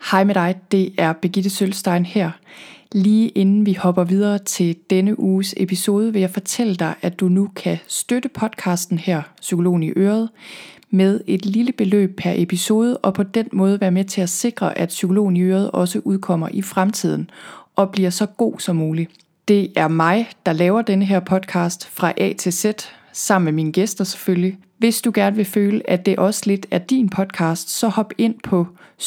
Hej med dig, det er Birgitte Sølstein her. Lige inden vi hopper videre til denne uges episode, vil jeg fortælle dig, at du nu kan støtte podcasten her, Psykologen i Øret, med et lille beløb per episode, og på den måde være med til at sikre, at Psykologen i Øret også udkommer i fremtiden og bliver så god som muligt. Det er mig, der laver denne her podcast fra A til Z, sammen med mine gæster selvfølgelig. Hvis du gerne vil føle, at det også lidt er din podcast, så hop ind på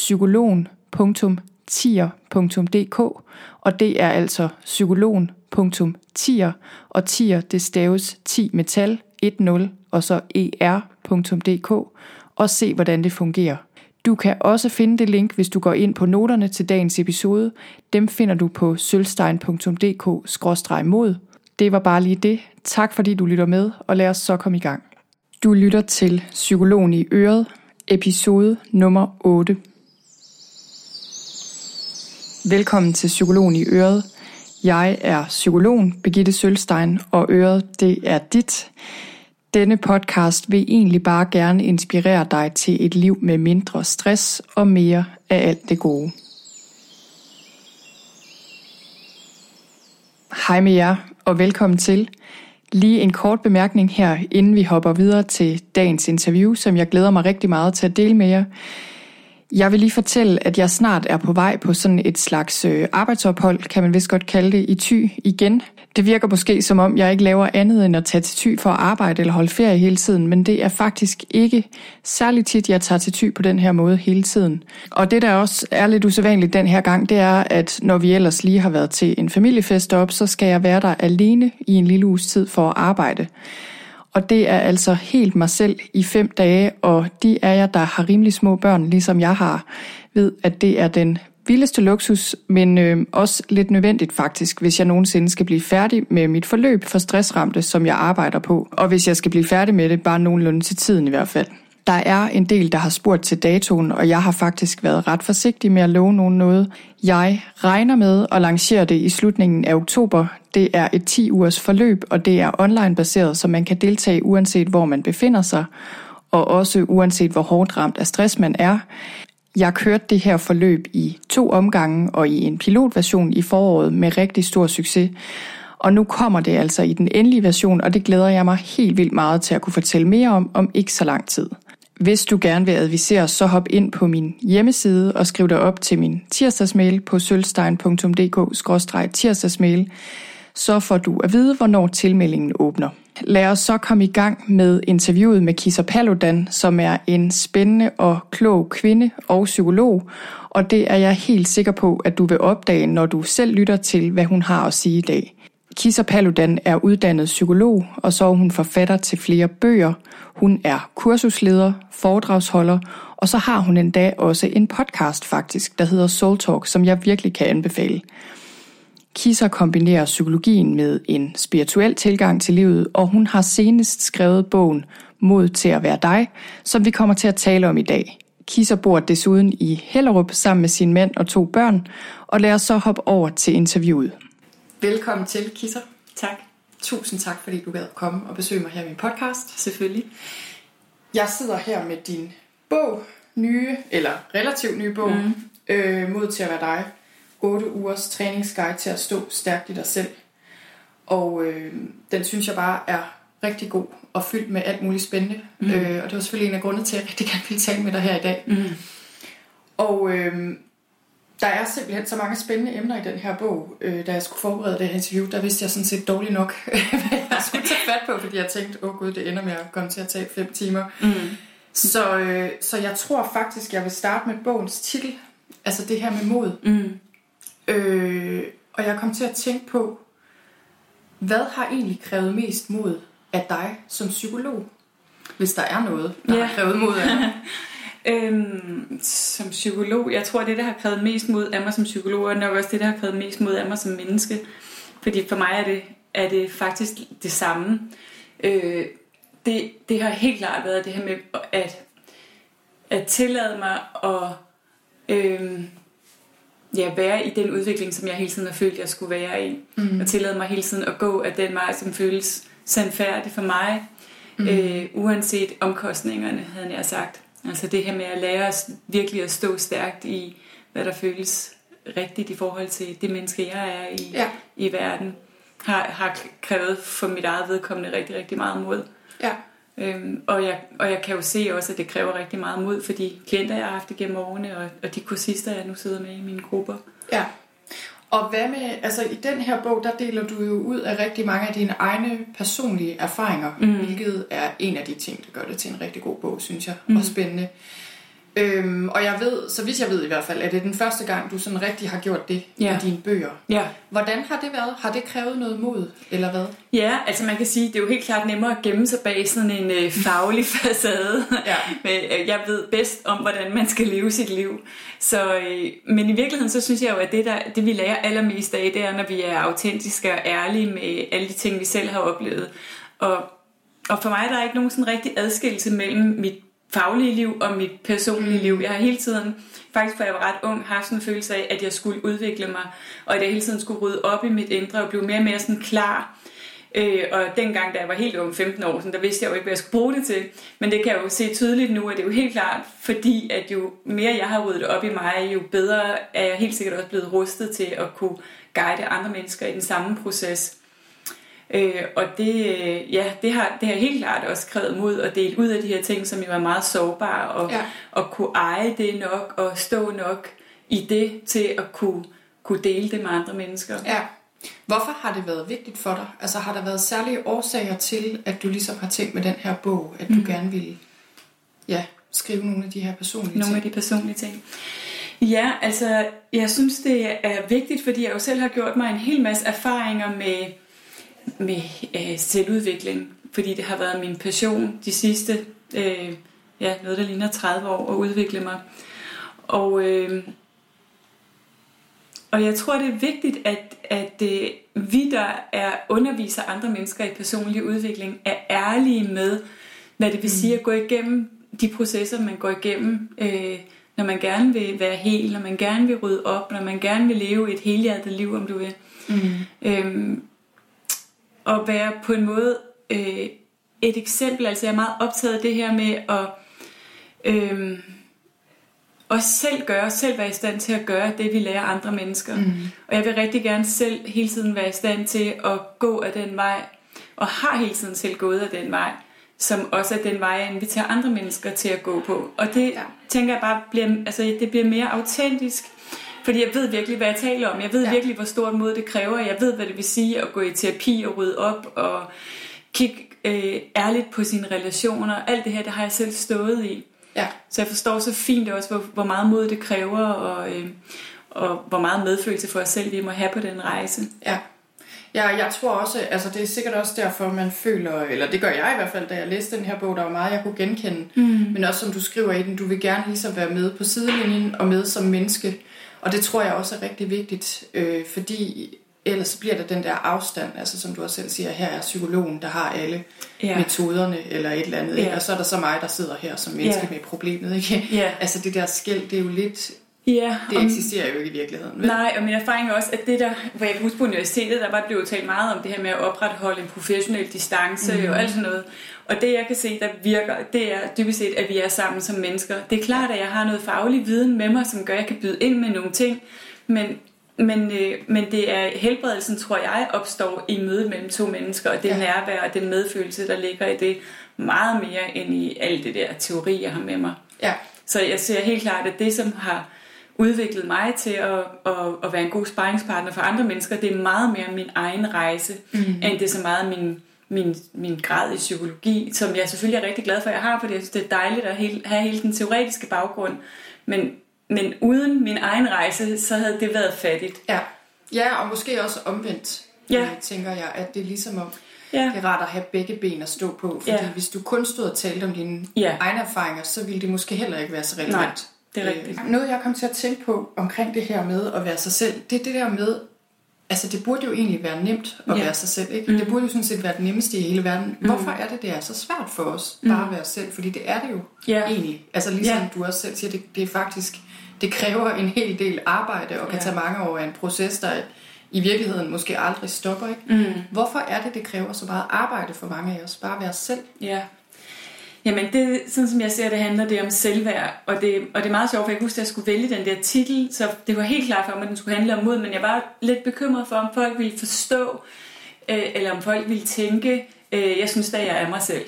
psykologen.tier.dk, og det er altså psykologen.tier, og tier det staves 10 med tal, 10 og så er.dk, og se hvordan det fungerer. Du kan også finde det link, hvis du går ind på noterne til dagens episode. Dem finder du på sølstein.dk/mod. Det var bare lige det. Tak fordi du lytter med, og lad os så komme i gang. Du lytter til Psykologen i Øret, episode nummer 8. Velkommen til Psykologen i Øret. Jeg er psykologen Birgitte Sølstein, og Øret, det er dit. Denne podcast vil egentlig bare gerne inspirere dig til et liv med mindre stress og mere af alt det gode. Hej med jer, og velkommen til. Lige en kort bemærkning her, inden vi hopper videre til dagens interview, som jeg glæder mig rigtig meget til at dele med jer. Jeg vil lige fortælle, at jeg snart er på vej på sådan et slags arbejdsophold, kan man vist godt kalde det, i Thy igen. Det virker måske som om, jeg ikke laver andet end at tage til Thy for at arbejde eller holde ferie hele tiden, men det er faktisk ikke særlig tit, jeg tager til Thy på den her måde hele tiden. Og det, der også er lidt usædvanligt den her gang, det er, at når vi ellers lige har været til en familiefest op, så skal jeg være der alene i en lille uges tid for at arbejde. Og det er altså helt mig selv i 5 dage, og de af jer, der har rimelig små børn, ligesom jeg har, ved, at det er den vildeste luksus, men også lidt nødvendigt faktisk, hvis jeg nogensinde skal blive færdig med mit forløb for stressramte, som jeg arbejder på. Og hvis jeg skal blive færdig med det, bare nogenlunde til tiden i hvert fald. Der er en del, der har spurgt til datoen, og jeg har faktisk været ret forsigtig med at love nogen noget. Jeg regner med at lancere det i slutningen af oktober. Det er et 10 ugers forløb, og det er online-baseret, så man kan deltage uanset hvor man befinder sig, og også uanset hvor hårdt ramt af stress man er. Jeg kørte det her forløb i 2 omgange og i en pilotversion i foråret med rigtig stor succes. Og nu kommer det altså i den endelige version, og det glæder jeg mig helt vildt meget til at kunne fortælle mere om ikke så lang tid. Hvis du gerne vil advisere, så hop ind på min hjemmeside og skriv dig op til min tirsdagsmail på sølstein.dk/tirsdagsmail. Så får du at vide, hvornår tilmeldingen åbner. Lad os så komme i gang med interviewet med Kisa Paludan, som er en spændende og klog kvinde og psykolog, og det er jeg helt sikker på, at du vil opdage, når du selv lytter til, hvad hun har at sige i dag. Kisa Paludan er uddannet psykolog, og så er hun forfatter til flere bøger. Hun er kursusleder, foredragsholder, og så har hun endda også en podcast faktisk, der hedder Soul Talk, som jeg virkelig kan anbefale. Kisa kombinerer psykologien med en spirituel tilgang til livet, og hun har senest skrevet bogen Mod til at være dig, som vi kommer til at tale om i dag. Kisa bor desuden i Hellerup sammen med sin mand og 2 børn, og lad os så hoppe over til interviewet. Velkommen til, Kisa. Tak. Tusind tak, fordi du gad komme og besøge mig her i min podcast. Selvfølgelig. Jeg sidder her med din bog, relativt nye bog, Mod til at være dig. 8 ugers træningsguide til at stå stærkt i dig selv. Og den synes jeg bare er rigtig god og fyldt med alt muligt spændende. Og det var selvfølgelig en af grundene til, at jeg rigtig gerne ville tale med dig her i dag. Og der er simpelthen så mange spændende emner i den her bog. Da jeg skulle forberede det her interview, der vidste jeg sådan set dårligt nok, hvad jeg skulle tage fat på, fordi jeg tænkte, gud, det ender med at komme til at tage 5 timer. Så jeg tror faktisk, jeg vil starte med bogens titel, altså det her med mod. Og jeg kom til at tænke på, hvad har egentlig krævet mest mod af dig som psykolog? Hvis der er noget, der har krævet mod af dig. Som psykolog, jeg tror det der har krævet mest mod af mig som psykolog, er nok også det der har krævet mest mod af mig som menneske. Fordi for mig er det faktisk det samme. Det har helt klart været det her med at tillade mig at være i den udvikling, som jeg hele tiden har følt, jeg skulle være i. Og tillade mig hele tiden at gå af den vej, som føles sandfærdig for mig. Uanset omkostningerne, havde jeg sagt. Altså det her med at lære os virkelig at stå stærkt i hvad der føles rigtigt i forhold til det menneske, jeg er i verden, har krævet for mit eget vedkommende rigtig, rigtig meget mod. Ja. Og jeg kan jo se også, at det kræver rigtig meget mod for de klienter, jeg har haft igennem årene, og de kursister, jeg nu sidder med i mine grupper. Ja. Og hvad med, altså i den her bog, der deler du jo ud af rigtig mange af dine egne personlige erfaringer, hvilket er en af de ting, der gør det til en rigtig god bog, synes jeg, og spændende. Og jeg ved, så vidt jeg ved i hvert fald, at det er den første gang, du sådan rigtig har gjort det i dine bøger. Ja. Hvordan har det været? Har det krævet noget mod, eller hvad? Ja, altså man kan sige, det er jo helt klart nemmere at gemme sig bag sådan en faglig facade. Ja. Jeg ved bedst om, hvordan man skal leve sit liv. Så, men i virkeligheden, så synes jeg jo, at det vi lærer allermest af, det er, når vi er autentiske og ærlige med alle de ting, vi selv har oplevet. Og for mig der er ikke nogen sådan rigtig adskillelse mellem mit faglige liv og mit personlige liv. Jeg har hele tiden, faktisk for jeg var ret ung, haft sådan en følelse af, at jeg skulle udvikle mig, og at jeg hele tiden skulle rydde op i mit indre og blive mere og mere sådan klar. Og dengang, da jeg var helt ung, 15 år, der vidste jeg jo ikke, hvad jeg skulle bruge det til. Men det kan jeg jo se tydeligt nu, at det er jo helt klart, fordi at jo mere jeg har ryddet op i mig, jo bedre er jeg helt sikkert også blevet rustet til at kunne guide andre mennesker i den samme proces. Og det har helt klart også krævet mod at dele ud af de her ting, som jo er meget sårbare, og kunne eje det nok, og stå nok i det, til at kunne dele det med andre mennesker. Ja. Hvorfor har det været vigtigt for dig? Altså har der været særlige årsager til, at du ligesom har tænkt med den her bog, at du gerne ville skrive nogle af de her personlige ting? Nogle af de personlige ting. Ja, altså jeg synes det er vigtigt, fordi jeg jo selv har gjort mig en hel masse erfaringer med selvudvikling, fordi det har været min passion de sidste noget der ligner 30 år at udvikle mig. Og jeg tror det er vigtigt at vi der underviser andre mennesker i personlig udvikling er ærlige med hvad det vil sige at gå igennem de processer man går igennem, når man gerne vil være hel, når man gerne vil rydde op, når man gerne vil leve et helhjertet liv, om du vil. Og være på en måde et eksempel. Altså jeg er meget optaget af det her med at selv være i stand til at gøre det vi lærer andre mennesker. Og jeg vil rigtig gerne selv hele tiden være i stand til at gå af den vej, og har hele tiden selv gået af den vej, som også er den vej jeg inviterer andre mennesker til at gå på. Og det tænker jeg bare det bliver mere autentisk. Fordi jeg ved virkelig, hvad jeg taler om. Jeg ved virkelig, hvor stort mod det kræver. Jeg ved, hvad det vil sige at gå i terapi og rydde op og kigge ærligt på sine relationer. Alt det her, det har jeg selv stået i. Ja. Så jeg forstår så fint også, hvor meget mod det kræver, og hvor meget medfølelse for os selv vi må have på den rejse. Ja. Ja, jeg tror også, altså det er sikkert også derfor, man føler, eller det gør jeg i hvert fald, da jeg læste den her bog, der var meget, jeg kunne genkende. Men også som du skriver i den, du vil gerne ligesom være med på sidelinjen og med som menneske. Og det tror jeg også er rigtig vigtigt, fordi ellers så bliver der den der afstand, altså som du også selv siger, her er psykologen, der har alle metoderne eller et eller andet, ikke? Og så er der så mig, der sidder her som menneske med problemet, ikke? Altså det der skel, det er jo lidt, det eksisterer jo ikke i virkeligheden. Vel? Nej, og min erfaring er også, at det der, hvor jeg kan huske på universitetet, der var blevet talt meget om det her med at opretholde en professionel distance og alt sådan noget. Og det jeg kan se, der virker, det er dybest set, at vi er sammen som mennesker. Det er klart, at jeg har noget faglig viden med mig, som gør, at jeg kan byde ind med nogle ting, men det er helbredelsen, tror jeg, opstår i mødet mellem to mennesker, og det nærvær og den medfølelse, der ligger i det, meget mere end i alt det der teori, jeg har med mig. Ja. Så jeg ser helt klart, at det, som har udviklet mig til at være en god sparringspartner for andre mennesker, det er meget mere min egen rejse, end det er så meget min grad i psykologi, som jeg selvfølgelig er rigtig glad for, at jeg har, fordi jeg synes, det er dejligt at have hele den teoretiske baggrund, men uden min egen rejse, så havde det været fattigt. Ja, og måske også omvendt, tænker jeg, at det er ligesom om, det er rart at have begge ben at stå på, fordi hvis du kun stod og talte om dine egne erfaringer, så ville det måske heller ikke være så relevant. Nej, det er rigtigt. Noget jeg kom til at tænke på omkring det her med at være sig selv, det er det der med, altså det burde jo egentlig være nemt at være sig selv, ikke? Det burde jo sådan set være det nemmeste i hele verden. Hvorfor er det er så svært for os bare at være selv? Fordi det er det jo egentlig. Altså ligesom du også selv siger, det er faktisk, det kræver en hel del arbejde og kan tage mange år af en proces, der i virkeligheden måske aldrig stopper, ikke? Hvorfor er det kræver så meget arbejde for mange af os, bare at være selv? Jamen, det, sådan som jeg ser det, handler det om selvværd, og det er meget sjovt, for jeg kunne huske, at jeg skulle vælge den der titel, så det var helt klart for mig, at den skulle handle om mod, men jeg var lidt bekymret for, om folk ville forstå, eller om folk ville tænke, jeg synes, at jeg er mig selv.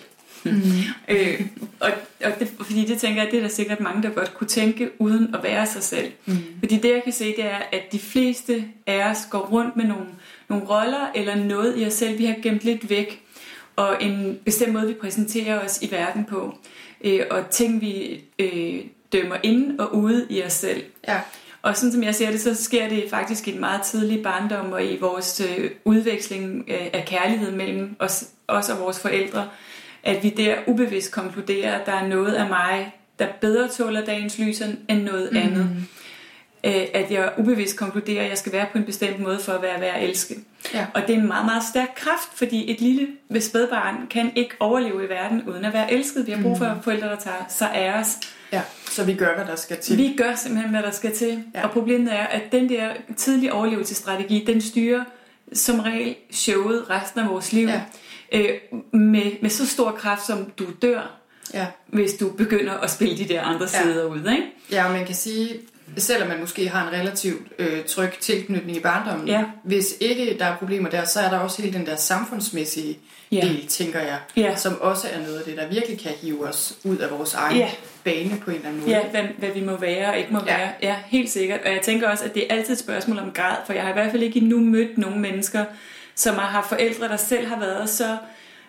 Og det, fordi det tænker jeg, det er der sikkert mange, der godt kunne tænke, uden at være sig selv. Fordi det, jeg kan se, det er, at de fleste af os går rundt med nogle roller, eller noget i os selv, vi har gemt lidt væk, og en bestemt måde, vi præsenterer os i verden på, og ting, vi dømmer ind og ude i os selv. Ja. Og sådan som jeg ser det, så sker det faktisk i en meget tidlig barndom, og i vores udveksling af kærlighed mellem os og vores forældre, at vi der ubevidst konkluderer, at der er noget af mig, der bedre tåler dagens lys end noget andet. At jeg ubevidst konkluderer, at jeg skal være på en bestemt måde for at være værd at elske. Ja. Og det er en meget, meget stærk kraft, fordi et lille spædbarn kan ikke overleve i verden uden at være elsket. Vi har brug for forældre, der tager sig af os. Ja, så vi gør, hvad der skal til. Vi gør simpelthen, hvad der skal til. Ja. Og problemet er, at den der tidlige overlevelsesstrategi, den styrer som regel showet resten af vores liv. Ja. Med så stor kraft, som du dør, hvis du begynder at spille de der andre sider ud. Ikke? Ja, og man kan sige, selvom man måske har en relativt tryg tilknytning i barndommen, hvis ikke der er problemer der, så er der også hele den der samfundsmæssige del, tænker jeg, som også er noget af det, der virkelig kan hive os ud af vores egen bane på en eller anden måde. Ja, hvad vi må være og ikke må være. Ja, helt sikkert. Og jeg tænker også, at det er altid et spørgsmål om grad, for jeg har i hvert fald ikke endnu mødt nogle mennesker, som har haft forældre, der selv har været så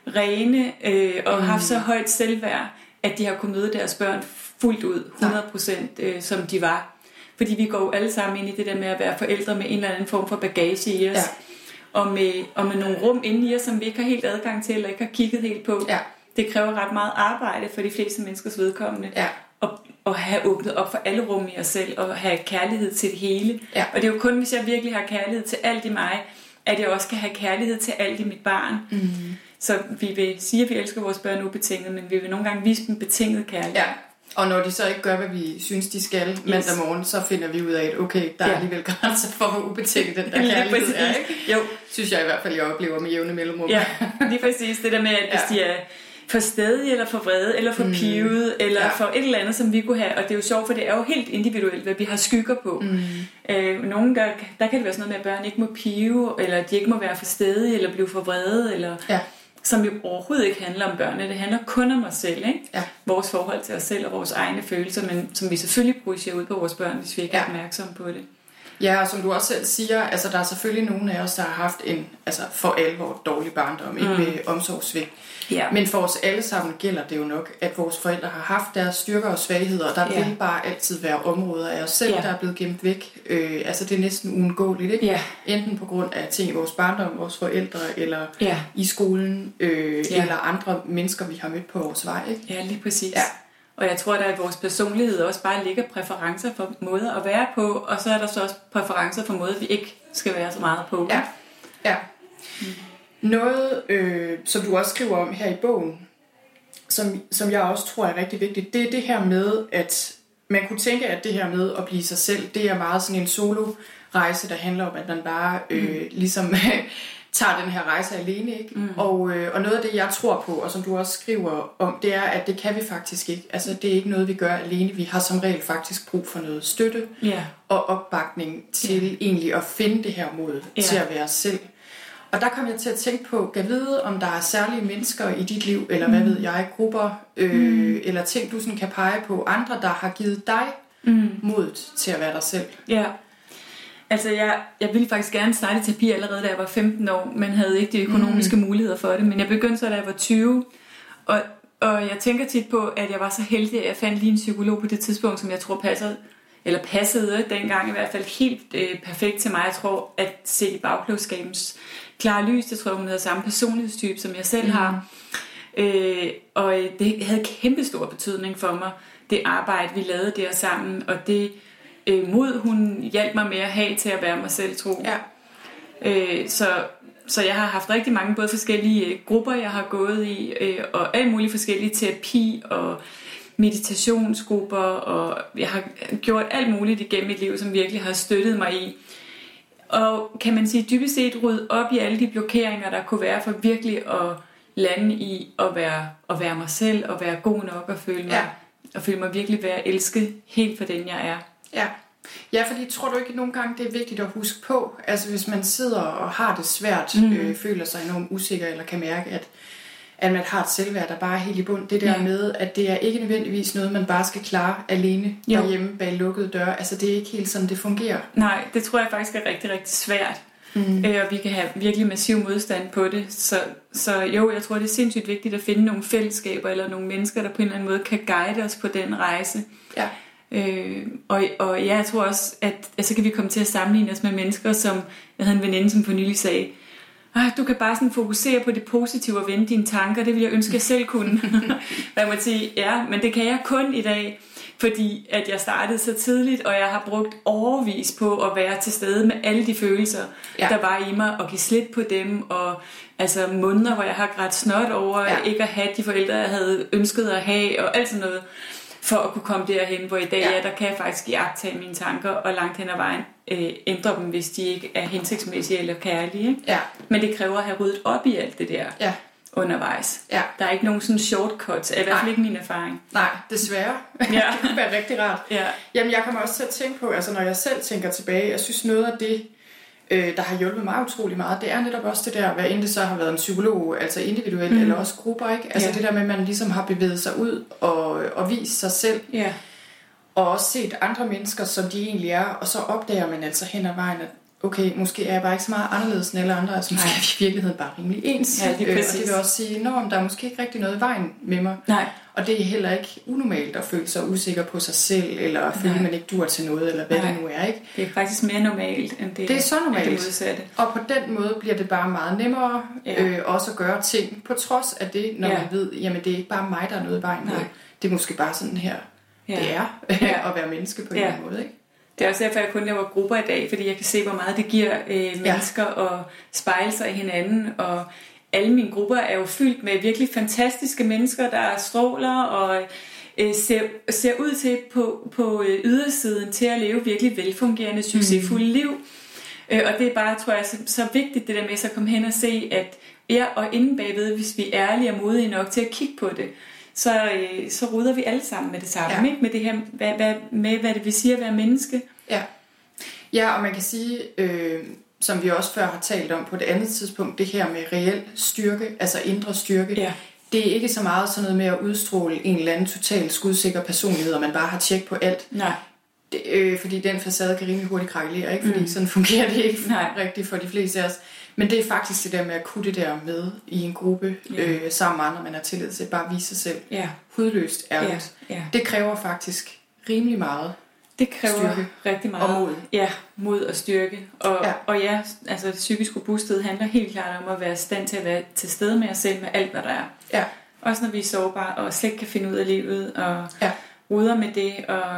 rene og haft så højt selvværd, at de har kunnet møde deres børn fuldt ud, 100% som de var. Fordi vi går jo alle sammen ind i det der med at være forældre med en eller anden form for bagage i os. Ja. Og med nogle rum inde i os, som vi ikke har helt adgang til, eller ikke har kigget helt på. Ja. Det kræver ret meget arbejde for de fleste menneskers vedkommende. Ja. At have åbnet op for alle rum i os selv, og have kærlighed til det hele. Ja. Og det er jo kun, hvis jeg virkelig har kærlighed til alt i mig, at jeg også kan have kærlighed til alt i mit barn. Så vi vil sige, at vi elsker vores børn ubetinget, men vi vil nogle gange vise dem betinget kærlighed. Ja. Og når de så ikke gør, hvad vi synes, de skal mandag morgen, så finder vi ud af, at okay, der er alligevel grænser for, hvor ubetinget den der kærlighed er, ikke? Jo. Synes jeg i hvert fald, jeg oplever med jævne mellemrum. Ja, lige præcis. Det der med, at hvis de er for stedige, eller for vrede, eller for pivede, eller for et eller andet, som vi kunne have. Og det er jo sjovt, for det er jo helt individuelt, hvad vi har skygger på. Nogle, der kan det være sådan noget med, at børn ikke må pive, eller de ikke må være for stedige, eller blive for vrede, eller... Ja. Som jo overhovedet ikke handler om børnene. Det handler kun om os selv, ikke? Ja. Vores forhold til os selv og vores egne følelser, men som vi selvfølgelig projicerer ud på vores børn, hvis vi ikke er opmærksomme på det. Ja, og som du også selv siger, altså der er selvfølgelig nogle af os, der har haft en for alvor dårlig barndom, ikke med omsorgssvigt. Ja. Men for os alle sammen gælder det jo nok, at vores forældre har haft deres styrker og svagheder, og der vil bare altid være områder af os selv, der er blevet gemt væk. Altså det er næsten uundgåeligt, ikke? Ja. Enten på grund af ting i vores barndom, vores forældre, eller i skolen, eller andre mennesker, vi har mødt på vores vej, ikke? Ja, lige præcis. Ja. Og jeg tror, at vores personlighed også bare ligger præferencer for måder at være på, og så er der så også præferencer for måder, vi ikke skal være så meget på. Ja, ja. Noget, som du også skriver om her i bogen, som jeg også tror er rigtig vigtigt, det er det her med, at man kunne tænke, at det her med at blive sig selv, det er meget sådan en solo-rejse, der handler om, at man bare ligesom tager den her rejse alene, ikke? Og noget af det, jeg tror på, og som du også skriver om, det er, at det kan vi faktisk ikke. Altså, det er ikke noget, vi gør alene. Vi har som regel faktisk brug for noget støtte og opbakning til egentlig at finde det her mod til at være selv. Og der kom jeg til at tænke på, kan vide, om der er særlige mennesker i dit liv, eller hvad ved jeg, grupper, eller ting, du sådan kan pege på, andre, der har givet dig modet til at være dig selv. Ja. Altså, jeg ville faktisk gerne starte i terapi allerede, da jeg var 15 år, men havde ikke de økonomiske muligheder for det. Men jeg begyndte så, da jeg var 20, og jeg tænker tit på, at jeg var så heldig, at jeg fandt lige en psykolog på det tidspunkt, som jeg tror passede dengang i hvert fald helt perfekt til mig. Jeg tror, at se i bagklogskabens klare lys, det tror jeg, hun havde samme personlighedstype, som jeg selv har. Og det havde kæmpe stor betydning for mig, det arbejde, vi lavede der sammen, og det mod hun hjalp mig med at have til at være mig selv tro. Ja. Så jeg har haft rigtig mange både forskellige grupper, jeg har gået i, og alle mulige forskellige terapi og meditationsgrupper, og jeg har gjort alt muligt igennem mit liv, som virkelig har støttet mig i. Og kan man sige dybest set rydde op i alle de blokeringer, der kunne være for virkelig at lande i at være mig selv, og være god nok, og føle mig virkelig være elsket helt for den jeg er. Ja, fordi tror du ikke nogle gange, det er vigtigt at huske på, altså hvis man sidder og har det svært, føler sig enormt usikker, eller kan mærke, at man har et selvværd, der bare er helt i bund. Det der med, at det er ikke nødvendigvis noget, man bare skal klare alene derhjemme bag lukkede døre. Altså det er ikke helt sådan, det fungerer. Nej, det tror jeg faktisk er rigtig, rigtig svært. Og vi kan have virkelig massiv modstand på det. Så jo, jeg tror, det er sindssygt vigtigt at finde nogle fællesskaber, eller nogle mennesker, der på en eller anden måde kan guide os på den rejse. Ja. Og jeg tror også, at så kan vi komme til at sammenligne os med mennesker, som jeg havde en veninde, som for nylig sagde, du kan bare sådan fokusere på det positive og vende dine tanker, det vil jeg ønske, jeg selv kunne. Jeg må sige, ja, men det kan jeg kun i dag, fordi at jeg startede så tidligt, og jeg har brugt årevis på at være til stede med alle de følelser, der var i mig, og give slip på dem, og altså måneder, hvor jeg har grædt snot over ikke at have de forældre, jeg havde ønsket at have, og alt sådan noget, for at kunne komme derhen, hvor i dag der kan jeg faktisk iagttage mine tanker, og langt hen ad vejen ændre dem, hvis de ikke er hensigtsmæssige eller kærlige. Ikke? Ja. Men det kræver at have ryddet op i alt det der undervejs. Ja. Der er ikke nogen sådan shortcuts, i hvert fald ikke min erfaring. Nej, desværre. Det kunne være rigtig rart. Ja. Jamen, jeg kommer også til at tænke på, altså når jeg selv tænker tilbage, jeg synes noget af det, der har hjulpet mig utrolig meget, det er netop også det der, hvad end det så har været en psykolog, altså individuelt eller også grupper, ikke? Altså det der med, at man ligesom har bevæget sig ud og vist sig selv, og også set andre mennesker, som de egentlig er, og så opdager man altså hen ad vejen, at okay, måske er jeg bare ikke så meget anderledes end alle andre, altså måske er vi i virkeligheden bare rimelig ens. Ja, og det vil også sige, der er måske ikke rigtig noget i vejen med mig. Nej. Og det er heller ikke unormalt at føle sig usikker på sig selv, eller at føle, at man ikke dur til noget, eller hvad det nu er, ikke? Det er faktisk mere normalt, end det er så normalt. Det modsatte. Og på den måde bliver det bare meget nemmere også at gøre ting, på trods af det, når man ved, jamen det er ikke bare mig, der er noget i vejen med. Det er måske bare sådan her, det er at være menneske på en eller anden måde, ikke? Det er også derfor, jeg kun laver grupper i dag, fordi jeg kan se, hvor meget det giver mennesker at spejle sig i hinanden. Og alle mine grupper er jo fyldt med virkelig fantastiske mennesker, der stråler og ser ud til på ydersiden til at leve virkelig velfungerende, succesfulde liv. Og det er bare, tror jeg, så vigtigt det der med at komme hen og se, at og inde bagved, hvis vi er ærlige og modige nok til at kigge på det, så ruder vi alle sammen med det samme, ikke? Med det her, hvad det vil sige at være menneske. Ja, og man kan sige, som vi også før har talt om på det andet tidspunkt, det her med reel styrke, altså indre styrke, det er ikke så meget sådan noget med at udstråle en eller anden total skudsikker personlighed, og man bare har tjek på alt. Nej. Fordi den facade kan rimelig hurtigt krakkelere, ikke? Fordi sådan fungerer det ikke rigtigt for de fleste af os. Men det er faktisk det der med at kunne det der med i en gruppe sammen med andre, man har tillid til, bare vise sig selv hudløst ærligt. Det kræver faktisk rimelig meget. Det kræver styrke rigtig meget. Og mod. Ja, mod og styrke. Og altså psykisk robusthed handler helt klart om at være i stand til at være til stede med os selv med alt, hvad der er. Ja. Også når vi er sårbare og slet ikke kan finde ud af livet og ruder med det.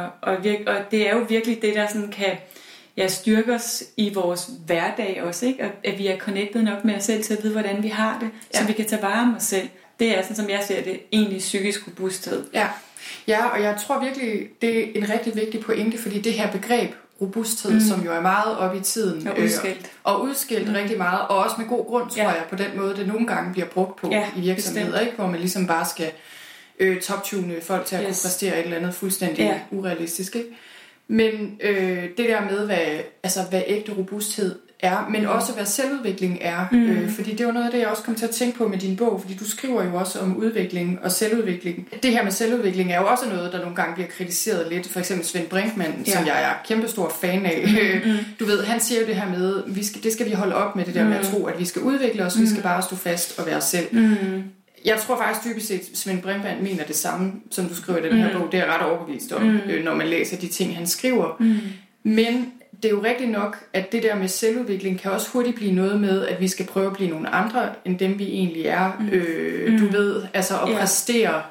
Og det er jo virkelig det, der sådan kan styrke os i vores hverdag også, ikke? At vi er connected nok med os selv til at vide, hvordan vi har det, så vi kan tage vare om os selv. Det er sådan, som jeg ser det, egentlig psykisk robusthed. Ja, og jeg tror virkelig, det er en rigtig vigtig pointe, fordi det her begreb robusthed, som jo er meget op i tiden. Og udskilt rigtig meget, og også med god grund, tror jeg, på den måde, det nogle gange bliver brugt på i virksomheder, ikke? Hvor man ligesom bare skal top-tune folk til at kunne præstere et eller andet fuldstændig urealistisk, ikke? Men det der med, hvad ægte robusthed er, men også hvad selvudvikling er, fordi det var noget af det, jeg også kom til at tænke på med din bog, fordi du skriver jo også om udvikling og selvudvikling. Det her med selvudvikling er jo også noget, der nogle gange bliver kritiseret lidt, for eksempel Svend Brinkmann, som jeg er kæmpestor fan af. Du ved, han siger jo det her med, det skal vi holde op med, det der med at tro, at vi skal udvikle os, vi skal bare stå fast og være os selv. Jeg tror faktisk dybest set, Svend Brinkmann mener det samme, som du skriver i den her bog. Det er jeg ret overbevist om, når man læser de ting, han skriver. Men det er jo rigtigt nok, at det der med selvudvikling kan også hurtigt blive noget med, at vi skal prøve at blive nogle andre, end dem vi egentlig er. Du ved, altså at præstere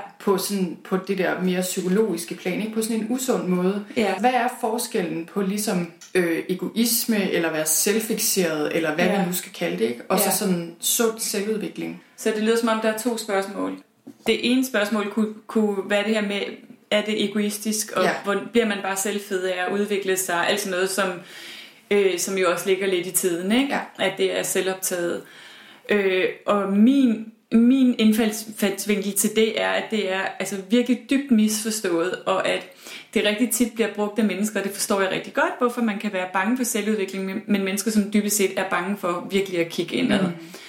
på det der mere psykologiske plan, ikke? På sådan en usund måde. Hvad er forskellen på ligesom egoisme, eller være selvfikseret, eller hvad vi nu skal kalde det, ikke? Og så sådan sund selvudvikling. Så det lyder som om, der er 2 spørgsmål. Det ene spørgsmål kunne være det her med, er det egoistisk, og bliver man bare selvfed af at udvikle sig, altså noget, som jo også ligger lidt i tiden, ikke? At det er selvoptaget. Og min min indfaldsvinkel til det er, at det er altså virkelig dybt misforstået, og at det rigtig tit bliver brugt af mennesker, og det forstår jeg rigtig godt, hvorfor man kan være bange for selvudvikling, men mennesker, som dybest set er bange for virkelig at kigge indad,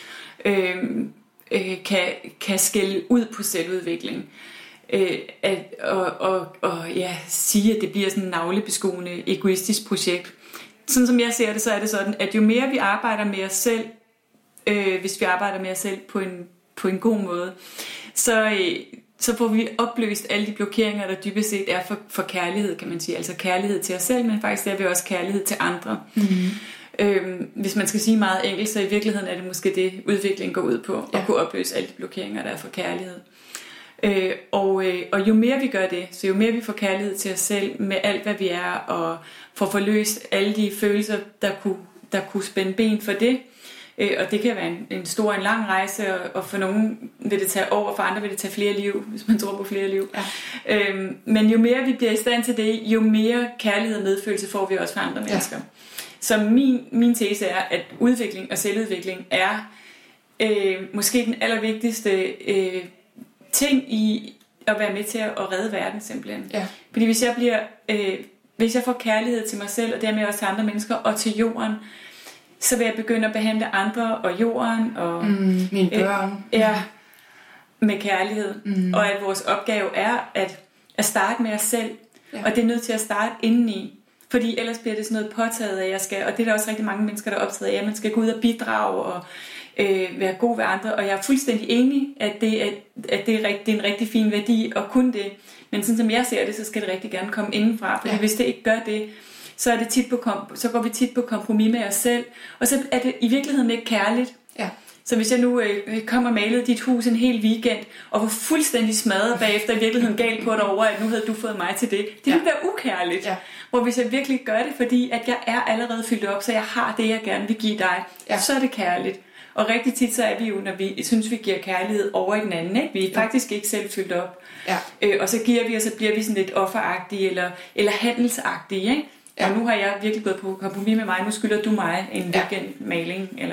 kan skælde ud på selvudvikling. Og sige, at det bliver sådan en navlebeskuende, egoistisk projekt. Sådan som jeg ser det, så er det sådan, at jo mere vi arbejder med os selv, hvis vi arbejder med os selv på en god måde, så får vi opløst alle de blokeringer, der dybest set er for kærlighed, kan man sige. Altså kærlighed til os selv, men faktisk er vi også kærlighed til andre. Hvis man skal sige meget enkelt, så i virkeligheden er det måske det, udvikling går ud på, at kunne opløse alle de blokeringer, der er for kærlighed. Og jo mere vi gør det, så jo mere vi får kærlighed til os selv med alt hvad vi er, og får forløst alle de følelser der kunne spænde ben for det, og det kan være en stor, en lang rejse, og for nogen vil det tage år, og for andre vil det tage flere liv, hvis man tror på flere liv. Men jo mere vi bliver i stand til det, jo mere kærlighed og medfølelse får vi også fra andre mennesker. Så min tese er, at udvikling og selvudvikling er måske den allervigtigste ting i at være med til at redde verden simpelthen. Fordi hvis jeg får kærlighed til mig selv, og dermed også til andre mennesker og til jorden, så vil jeg begynde at behandle andre og jorden og mine børn med kærlighed. Og at vores opgave er at starte med os selv, og det er nødt til at starte indeni. Fordi ellers bliver det sådan noget påtaget, at jeg skal, og det er der også rigtig mange mennesker, der er optaget af, at man skal gå ud og bidrage og være god ved andre, og jeg er fuldstændig enig, at det er en rigtig fin værdi at kunne det, men sådan som jeg ser det, så skal det rigtig gerne komme indenfra, fordi hvis det ikke gør det, så går vi tit på kompromis med os selv, og så er det i virkeligheden ikke kærligt. Så hvis jeg nu kom og malede dit hus en hel weekend, og var fuldstændig smadret bagefter, i virkeligheden galt på dig over, at nu havde du fået mig til det ville være ukærligt. Hvor hvis jeg virkelig gør det, fordi at jeg er allerede fyldt op, så jeg har det, jeg gerne vil give dig, så er det kærligt. Og rigtig tit så er vi jo, når vi synes, vi giver kærlighed over i den anden, ikke? Vi er faktisk ikke selv fyldt op. Og så giver vi, og så bliver vi sådan lidt offeragtige, eller handelsagtige, ikke? Og nu har jeg virkelig gået på kompromis med mig, nu skylder du mig en weekendmaling, eller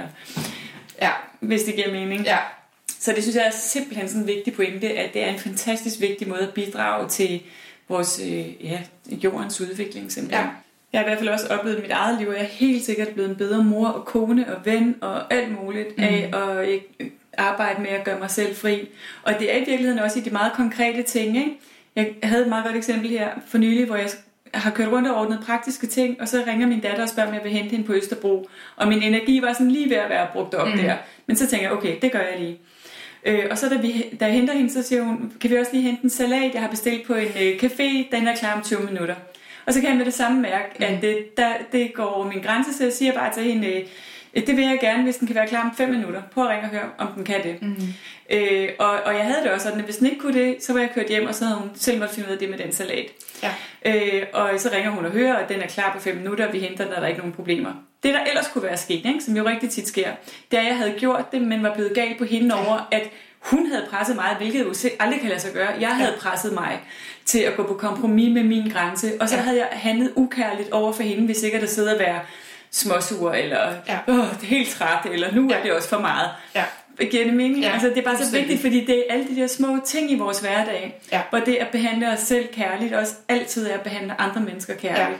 hvis det giver mening. Så det synes jeg er simpelthen sådan en vigtig pointe, at det er en fantastisk vigtig måde at bidrage til vores jordens udvikling simpelthen. Jeg har i hvert fald også oplevet i mit eget liv, at jeg er helt sikkert blevet en bedre mor og kone og ven og alt muligt af at arbejde med at gøre mig selv fri. Og det er i virkeligheden også i de meget konkrete ting, ikke? Jeg havde et meget godt eksempel her for nylig, hvor jeg har kørt rundt og ordnet praktiske ting, og så ringer min datter og spørger, om jeg vil hente hende på Østerbro. Og min energi var sådan lige ved at være brugt op der. Men så tænker jeg, okay, det gør jeg lige. Og så da jeg henter hende, så siger hun, kan vi også lige hente en salat, jeg har bestilt på en café, den er klar om 20 minutter. Og så kan jeg med det samme mærke, at det går over min grænse, så jeg siger bare til hende, det vil jeg gerne, hvis den kan være klar om 5 minutter. Prøv at ringe og høre, om den kan det. Og jeg havde det også sådan, at hvis den ikke kunne det, så var jeg kørt hjem, og så havde hun selv måtte finde ud af det med den salat. Og så ringer hun og hører, at den er klar på 5 minutter, og vi henter den, og der er ikke nogen problemer. Det der ellers kunne være sket, ikke? Som jo rigtig tit sker, det er, at jeg havde gjort det, men var blevet galt på hende over, at hun havde presset mig, hvilket jo aldrig kan lade sig gøre. Jeg havde presset mig til at gå på kompromis med min grænse, og så havde jeg handlet ukærligt over for hende, hvis ikke der sidder og være småsur, eller det er helt træt, eller nu er det også for meget. Giver det mening? Altså, det er bare så vigtigt, fordi det er alle de der små ting i vores hverdag, hvor det at behandle os selv kærligt, også altid er at behandle andre mennesker kærligt.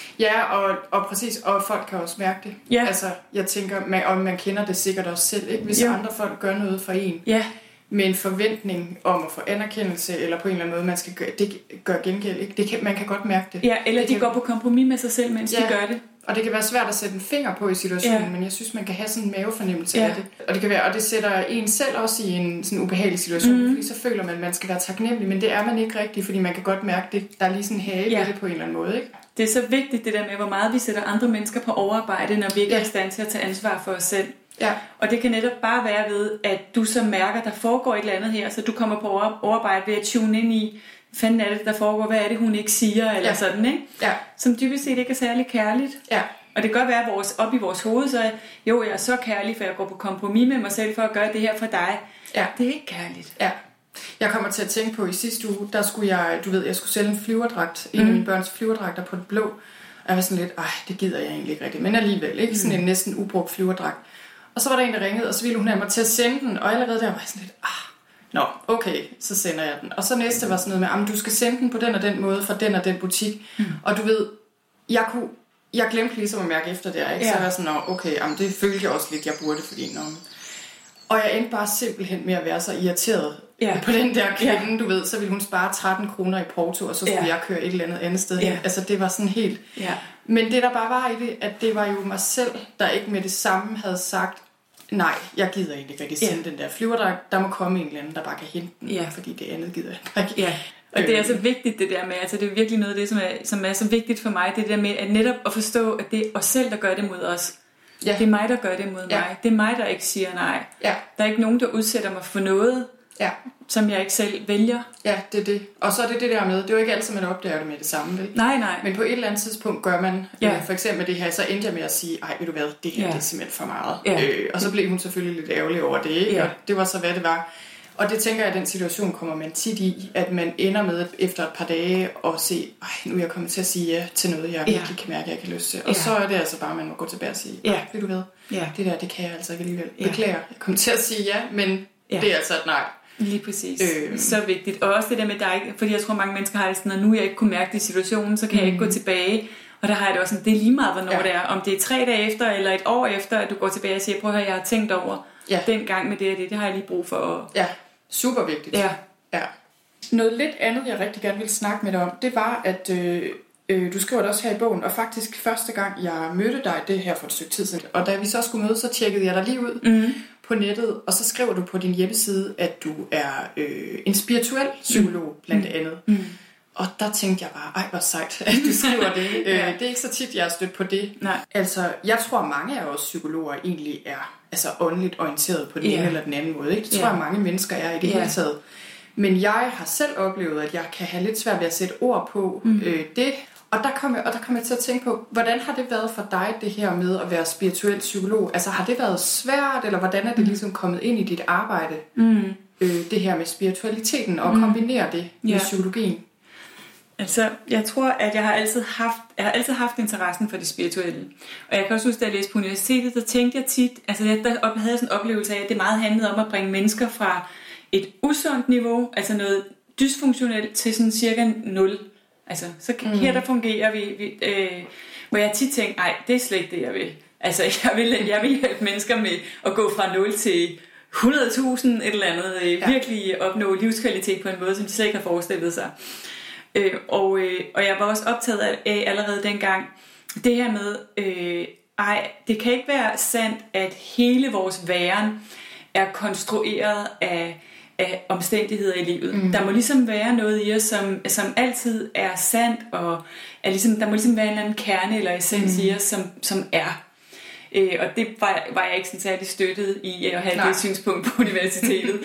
Og præcis, og folk kan også mærke det. Altså, jeg tænker, og man kender det sikkert også selv, ikke? Hvis andre folk gør noget for en, med en forventning om at få anerkendelse, eller på en eller anden måde, man skal gøre, det gør gengæld, ikke? Man kan godt mærke det. Eller de går på kompromis med sig selv, mens de gør det. Og det kan være svært at sætte en finger på i situationen, men jeg synes, man kan have sådan en mavefornemmelse af det. Og det kan være, og det sætter en selv også i en sådan ubehagelig situation, fordi så føler man, at man skal være taknemmelig, men det er man ikke rigtigt, fordi man kan godt mærke det. Der er lige sådan en hage ved det på en eller anden måde, ikke? Det er så vigtigt det der med, hvor meget vi sætter andre mennesker på overarbejde, når vi ikke er i stand til at tage ansvar for os selv. Og det kan netop bare være ved, at du så mærker, der foregår et eller andet her, så du kommer på overarbejde ved at tune ind i, fanden er det, der foregår, hvad er det, hun ikke siger, eller sådan, ikke? Som dybest set ikke er særlig kærligt. Og det kan godt være, op i vores hoved, så jo, jeg er så kærlig, for jeg går på kompromis med mig selv for at gøre det her for dig. Det er ikke kærligt. Jeg kommer til at tænke på, i sidste uge, der skulle jeg skulle sælge en flyverdragt, en af mine børns flyverdragter på det blå. Og jeg var sådan lidt, det gider jeg egentlig ikke rigtigt, men alligevel, ikke? Sådan en næsten ubrugt flyverdragt. Og så var der en, der ringede, og så ville hun have mig til at sende den, og allerede der var jeg sådan lidt, nå, okay, så sender jeg den. Og så næste var sådan noget med, du skal sende den på den og den måde fra den og den butik. Og du ved, jeg glemte ligesom at mærke efter det, ikke? Så var jeg sådan, okay, det følte jeg også lidt, jeg burde, fordi og jeg endte bare simpelthen med at være så irriteret på den der kvinde, du ved, så ville hun spare 13 kroner i porto, og så skulle jeg køre et eller andet sted hen. Altså det var sådan helt... Men det der bare var i det, at det var jo mig selv, der ikke med det samme havde sagt, nej, jeg gider ikke rigtig sende den der flyver, der må komme en eller anden, der bare kan hente den, fordi det andet gider jeg ikke. Og det er så vigtigt det der med, altså det er virkelig noget af det, som er så vigtigt for mig, det der med at netop at forstå, at det er os selv, der gør det mod os. Det er mig, der gør det mod mig. Det er mig, der ikke siger nej. Der er ikke nogen, der udsætter mig for noget, som jeg ikke selv vælger. Ja, det er det. Og så er det der med, det er jo ikke altid, man opdager det med det samme, vel? Nej. Men på et eller andet tidspunkt gør man, for eksempel det her, så endte jeg med at sige, ved du hvad, det her det er simpelthen for meget. Og så blev hun selvfølgelig lidt ærgerlig over det, ikke? Og det var så, hvad det var. Og det tænker jeg, at den situation kommer man tit i, at man ender med efter et par dage og se, nu er jeg kommet til at sige ja til noget, jeg virkelig kan mærke, at jeg ikke har lyst til. Og så er det altså bare, at man må gå tilbage og sige, ved du hvad, det der, det kan jeg altså ikke alligevel. Beklager, jeg kommer til at sige ja, men det er altså et nej. Lige præcis. Så vigtigt. Og også det der med dig, fordi jeg tror, mange mennesker har det sådan, at nu jeg ikke kunne mærke det i situationen, så kan jeg ikke gå tilbage. Og der har jeg det også sådan, det er lige meget, hvornår det er. Om det er 3 dage efter, eller et år efter, at du går tilbage og siger, prøv at høre, jeg har tænkt over den gang med det og det har jeg lige brug for. Super vigtigt. Ja. Noget lidt andet, jeg rigtig gerne vil snakke med dig om, det var, at du skriver det også her i bogen, og faktisk første gang, jeg mødte dig, det her for et stykke tid siden, og da vi så skulle møde, så tjekkede jeg dig lige ud på nettet, og så skriver du på din hjemmeside, at du er en spirituel psykolog, blandt andet. Og der tænkte jeg bare, hvor sejt, at du skriver det. Det er ikke så tit, jeg har stødt på det. Nej. Altså, jeg tror, mange af os psykologer egentlig er åndeligt orienteret på den ene eller den anden måde. Ikke? Det tror jeg, mange mennesker er i det hele taget. Men jeg har selv oplevet, at jeg kan have lidt svært ved at sætte ord på det. Og der kom jeg til at tænke på, hvordan har det været for dig, det her med at være spirituel psykolog? Altså, har det været svært, eller hvordan er det ligesom kommet ind i dit arbejde? Det her med spiritualiteten, og kombinere det med psykologien? Altså, jeg tror, at jeg har altid haft interessen for det spirituelle. Og jeg kan også huske, da jeg læste på universitetet, der tænkte jeg tit, altså der havde jeg sådan en oplevelse af, at det meget handlede om at bringe mennesker fra et usundt niveau, altså noget dysfunktionelt, til sådan cirka 0. Altså, så her der fungerer vi hvor jeg tit tænkte, det er slet ikke det, jeg vil. Altså, jeg vil hjælpe mennesker med at gå fra 0 til 100.000, et eller andet, virkelig opnå livskvalitet på en måde, som de slet ikke har forestillet sig. Og jeg var også optaget af allerede dengang det her med det kan ikke være sandt, at hele vores væren er konstrueret af omstændigheder i livet. Der må ligesom være noget i os, som altid er sandt, og er ligesom, der må ligesom være en eller anden kerne eller essens i os, som er. Og det var jeg ikke sådan særlig støttet i at have det synspunkt på universitetet.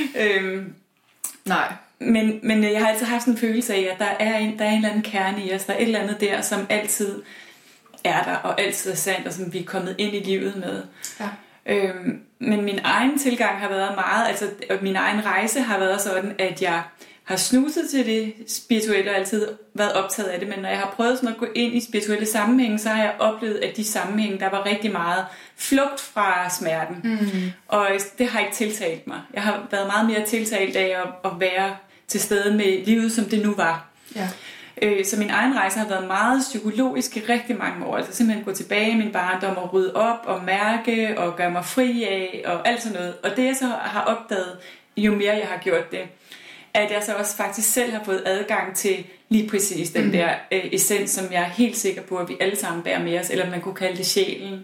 Nej. Men jeg har altid haft sådan en følelse af, at der er en eller anden kerne i os, der er et eller andet der, som altid er der, og altid er sandt, og som vi er kommet ind i livet med. Men min egen tilgang har været meget, altså min egen rejse har været sådan, at jeg har snuset til det spirituelle og altid været optaget af det, men når jeg har prøvet sådan at gå ind i spirituelle sammenhænge, så har jeg oplevet, at de sammenhænge, der var rigtig meget flugt fra smerten, og det har ikke tiltalt mig. Jeg har været meget mere tiltalt af at være til stede med livet, som det nu var. Så min egen rejse har været meget psykologisk i rigtig mange år, altså simpelthen gå tilbage i min barndom og rydde op og mærke og gøre mig fri af og alt sådan noget. Og det jeg så har opdaget, jo mere jeg har gjort det, at jeg så også faktisk selv har fået adgang til lige præcis den der essens, som jeg er helt sikker på, at vi alle sammen bærer med os, eller man kunne kalde det sjælen.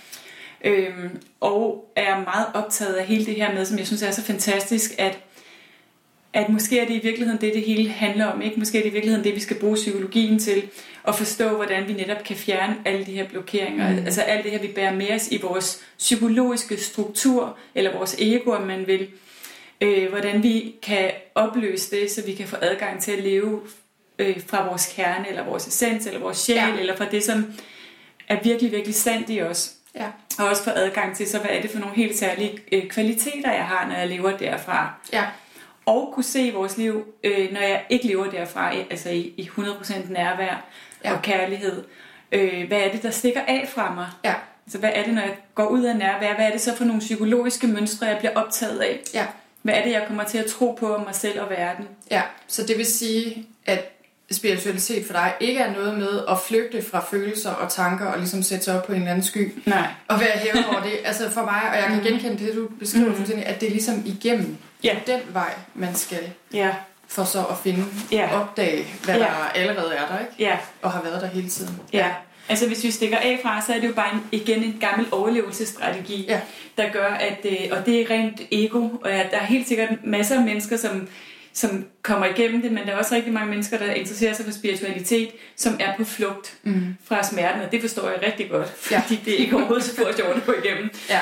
Og er meget optaget af hele det her med, som jeg synes er så fantastisk, at måske er det i virkeligheden det hele handler om, ikke? Måske er det i virkeligheden det, vi skal bruge psykologien til, at forstå, hvordan vi netop kan fjerne alle de her blokeringer, altså alt det her, vi bærer med os i vores psykologiske struktur, eller vores ego, om man vil, hvordan vi kan opløse det, så vi kan få adgang til at leve fra vores kerne, eller vores essens, eller vores sjæl, eller fra det, som er virkelig, virkelig sandt i os. Og også få adgang til, så hvad er det for nogle helt særlige kvaliteter, jeg har, når jeg lever derfra. Og kunne se vores liv, når jeg ikke lever derfra, altså i 100% nærvær og kærlighed. Hvad er det, der stikker af fra mig? Altså, hvad er det, når jeg går ud af nærvær? Hvad er det så for nogle psykologiske mønstre, jeg bliver optaget af? Hvad er det, jeg kommer til at tro på om mig selv og verden? Ja, så det vil sige, at spiritualitet for dig ikke er noget med at flygte fra følelser og tanker og ligesom sætte sig op på en eller anden sky. Nej. Og være hævet over det. Altså for mig, og jeg kan genkende det, du beskriver fuldstændig, at det er ligesom igennem den vej, man skal for så at finde, opdage, hvad der allerede er der, ikke? Ja. Og har været der hele tiden. Ja. Altså hvis vi stikker af fra, så er det jo bare igen en gammel overlevelsesstrategi, der gør, at, og det er rent ego, og der er helt sikkert masser af mennesker, som kommer igennem det, men der er også rigtig mange mennesker, der interesserer sig for spiritualitet, som er på flugt fra smerten, og det forstår jeg rigtig godt, fordi det er ikke overhovedet så sjovt at gå igennem. Ja.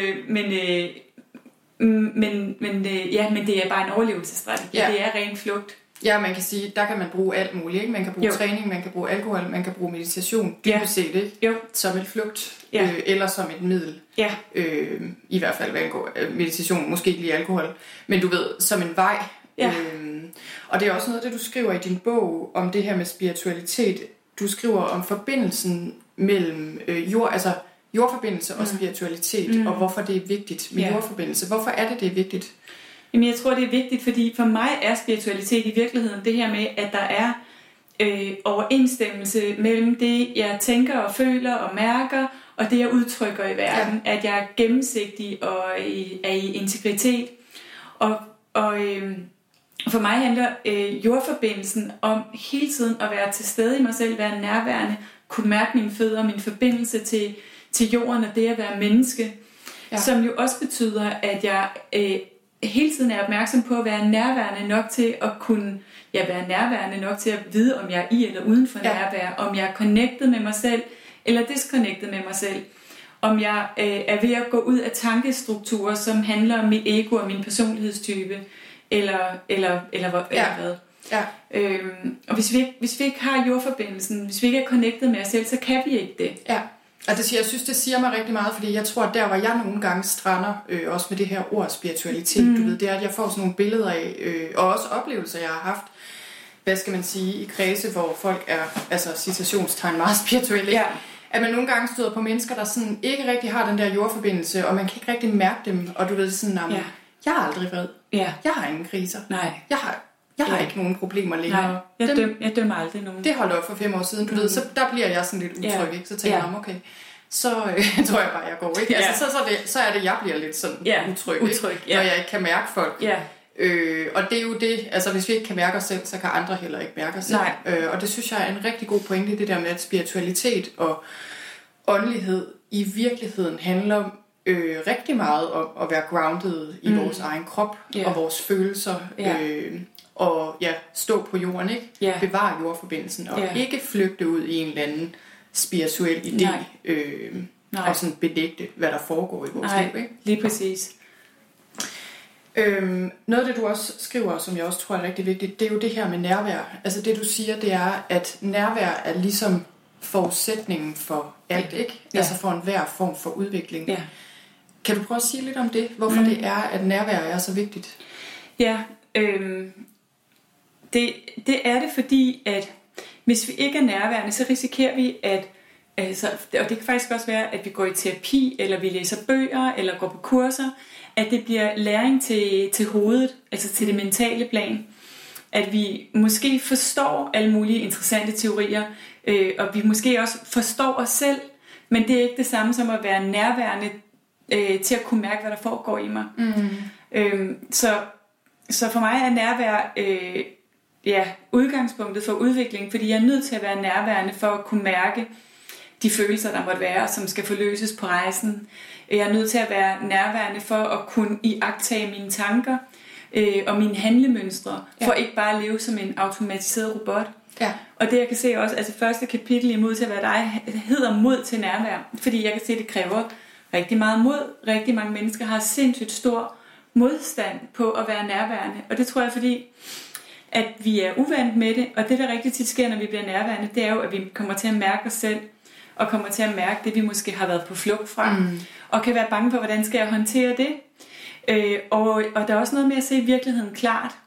Men det er bare en overlevelsesstrategi, det er ren flugt. Ja, man kan sige, der kan man bruge alt muligt, ikke? Man kan bruge træning, man kan bruge alkohol, man kan bruge meditation, dybest set, ikke? Jo. Som et flugt, eller som et middel. Ja. I hvert fald, hvad angår meditation, måske ikke lige alkohol, men du ved, som en vej. Ja. Og det er også noget, det du skriver i din bog, om det her med spiritualitet. Du skriver om forbindelsen mellem jordforbindelse og spiritualitet, og hvorfor det er vigtigt med jordforbindelse. Hvorfor er det er vigtigt? Jamen jeg tror det er vigtigt, fordi for mig er spiritualitet i virkeligheden det her med, at der er overensstemmelse mellem det jeg tænker og føler og mærker, og det jeg udtrykker i verden. At jeg er gennemsigtig og er i integritet. Og for mig handler jordforbindelsen om hele tiden at være til stede i mig selv, være nærværende, kunne mærke mine fødder, min forbindelse til jorden og det at være menneske. Som jo også betyder, at jeg hele tiden er opmærksom på at være nærværende nok til at kunne være nærværende nok til at vide, om jeg er i eller uden for nærvær, om jeg er connected med mig selv eller disconnected med mig selv, om jeg er ved at gå ud af tankestrukturer, som handler om mit ego og min personlighedstype, eller hvad. Ja. Og hvis vi ikke har jordforbindelsen, hvis vi ikke er connected med os selv, så kan vi ikke det. Ja. Og jeg synes, det siger mig rigtig meget, fordi jeg tror, at der, hvor jeg nogle gange strander, også med det her ord spiritualitet, du ved, det er, at jeg får sådan nogle billeder af, og også oplevelser, jeg har haft, hvad skal man sige, i kredse, hvor folk er, altså citationstegn, meget spirituelle, at man nogle gange støder på mennesker, der sådan ikke rigtig har den der jordforbindelse, og man kan ikke rigtig mærke dem, og du ved sådan, jeg har aldrig vred, jeg har ingen kriser, jeg har ikke nogen problemer længere. Jeg dømmer aldrig nogen. Det holdt op for 5 år siden, du ved, så der bliver jeg sådan lidt utryg, ikke? Så tænker jeg, okay, så tror jeg bare, jeg går, ikke? Altså, så er det, jeg bliver lidt sådan utryg, når jeg ikke kan mærke folk. Og det er jo det, altså hvis vi ikke kan mærke os selv, så kan andre heller ikke mærke os selv. Og det synes jeg er en rigtig god pointe, det der med, at spiritualitet og åndelighed i virkeligheden handler rigtig meget om at være grounded i vores egen krop og vores følelser. Og stå på jorden, ikke? Bevare jordforbindelsen og ikke flygte ud i en eller anden spirituel idé og sådan benægte, hvad der foregår i vores liv, ikke? Lige præcis. Noget af det du også skriver, som jeg også tror er rigtig vigtigt, det er jo det her med nærvær. Altså det du siger, det er, at nærvær er ligesom forudsætningen for alt, ikke? Altså for enhver form for udvikling. Kan du prøve at sige lidt om det? Hvorfor det er, at nærvær er så vigtigt? Det er det, fordi at hvis vi ikke er nærværende, så risikerer vi at, og det kan faktisk også være, at vi går i terapi, eller vi læser bøger, eller går på kurser, at det bliver læring til hovedet, altså til det mentale plan. At vi måske forstår alle mulige interessante teorier, og vi måske også forstår os selv, men det er ikke det samme som at være nærværende til at kunne mærke, hvad der foregår i mig. Så for mig er nærvær udgangspunktet for udvikling, fordi jeg er nødt til at være nærværende for at kunne mærke de følelser, der måtte være, som skal forløses på rejsen. Jeg er nødt til at være nærværende for at kunne iagttage mine tanker og mine handlemønstre, for ikke bare at leve som en automatiseret robot. Og det jeg kan se også, altså første kapitel i Mod til at være dig, hedder mod til nærvær, fordi jeg kan se, at det kræver rigtig meget mod. Rigtig mange mennesker har sindssygt stor modstand på at være nærværende, og det tror jeg, fordi at vi er uvant med det, og det der rigtig tit sker, når vi bliver nærværende, det er jo, at vi kommer til at mærke os selv, og kommer til at mærke det, vi måske har været på flugt fra, og kan være bange for, hvordan skal jeg håndtere det. Og der er også noget med at se virkeligheden klart.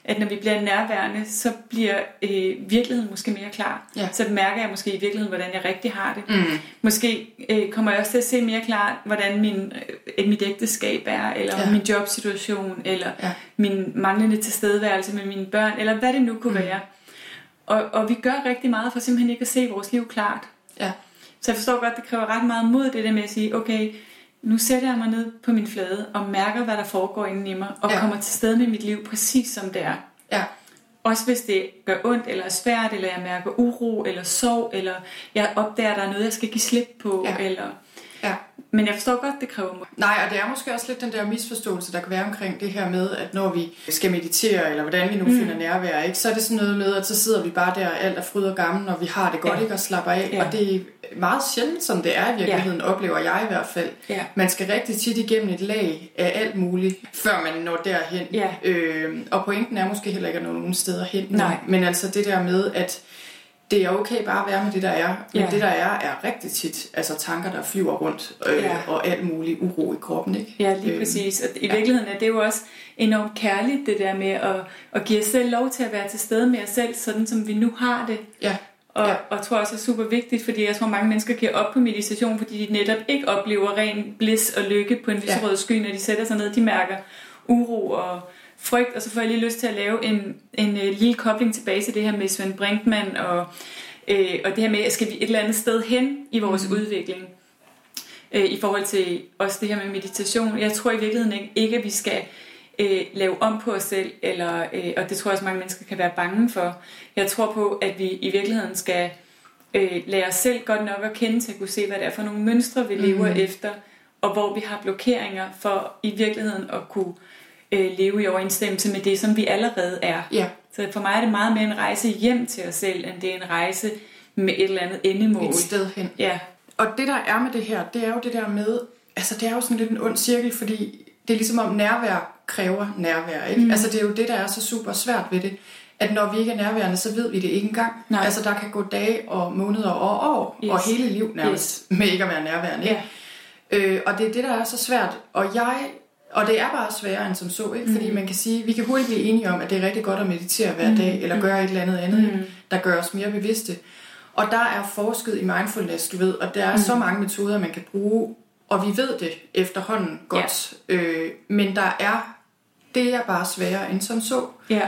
at når vi bliver nærværende, så bliver virkeligheden måske mere klar. Ja. Så mærker jeg måske i virkeligheden, hvordan jeg rigtig har det. Måske kommer jeg også til at se mere klart, hvordan mit ægteskab er, eller min jobsituation, eller min manglende tilstedeværelse med mine børn, eller hvad det nu kunne være. Og vi gør rigtig meget for simpelthen ikke at se vores liv klart. Ja. Så jeg forstår godt, det kræver ret meget mod det der med at sige, okay, nu sætter jeg mig ned på min flade og mærker, hvad der foregår inden i mig, og kommer til stede med mit liv præcis som det er. Ja. Også hvis det gør ondt, eller er svært, eller jeg mærker uro, eller sorg, eller jeg opdager, at der er noget, jeg skal give slip på, eller... Ja. Men jeg forstår godt, det kræver mod. Nej, og det er måske også lidt den der misforståelse, der kan være omkring det her med, at når vi skal meditere, eller hvordan vi nu finder nærvær, ikke, så er det sådan noget med, at så sidder vi bare der, alt er fryd og gammel, og vi har det godt, ikke, og slapper af. Ja. Og det er meget sjældent, som det er i virkeligheden, oplever jeg i hvert fald. Ja. Man skal rigtig tit igennem et lag af alt muligt, før man når derhen. Ja. Og pointen er måske heller ikke at nå nogen steder hen. Nej. Men altså det der med, at det er okay bare at være med det, der er. Men det, der er rigtig tit altså tanker, der flyver rundt, og alt muligt uro i kroppen, ikke? Ja, lige præcis. Og i virkeligheden er det jo også enormt kærligt, det der med at give os selv lov til at være til stede med os selv, sådan som vi nu har det. Ja. Og tror også er super vigtigt, fordi jeg tror, mange mennesker giver op på meditation, fordi de netop ikke oplever ren bliss og lykke på en lyserød sky, når de sætter sig ned. De mærker uro og frygt, og så får jeg lige lyst til at lave en lille kobling tilbage til det her med Svend Brinkmann, og det her med, skal vi et eller andet sted hen i vores udvikling, i forhold til også det her med meditation. Jeg tror i virkeligheden ikke at vi skal lave om på os selv, og det tror jeg også mange mennesker kan være bange for. Jeg tror på, at vi i virkeligheden skal lære os selv godt nok at kende til at kunne se, hvad det er for nogle mønstre, vi lever efter, og hvor vi har blokeringer for i virkeligheden at kunne leve i overensstemmelse med det, som vi allerede er. Ja. Så for mig er det meget mere en rejse hjem til os selv, end det er en rejse med et eller andet endemål. Et sted hen. Ja. Og det der er med det her, det er jo det der med, altså det er jo sådan lidt en ond cirkel, fordi det er ligesom om nærvær kræver nærvær, ikke? Altså det er jo det, der er så super svært ved det, at når vi ikke er nærværende, så ved vi det ikke engang. Nej. Altså der kan gå dage og måneder og år, og hele liv nærmest, med ikke at være nærværende. Ja. Og det er det, der er så svært. Og det er bare sværere end som så, ikke? Fordi man kan sige, vi kan hurtigt blive enige om, at det er rigtig godt at meditere hver dag, eller gøre et eller andet, der gør os mere bevidste. Og der er forsket i mindfulness, du ved, og der er så mange metoder, man kan bruge, og vi ved det efterhånden godt. Ja. Men det er bare sværere end som så. Ja.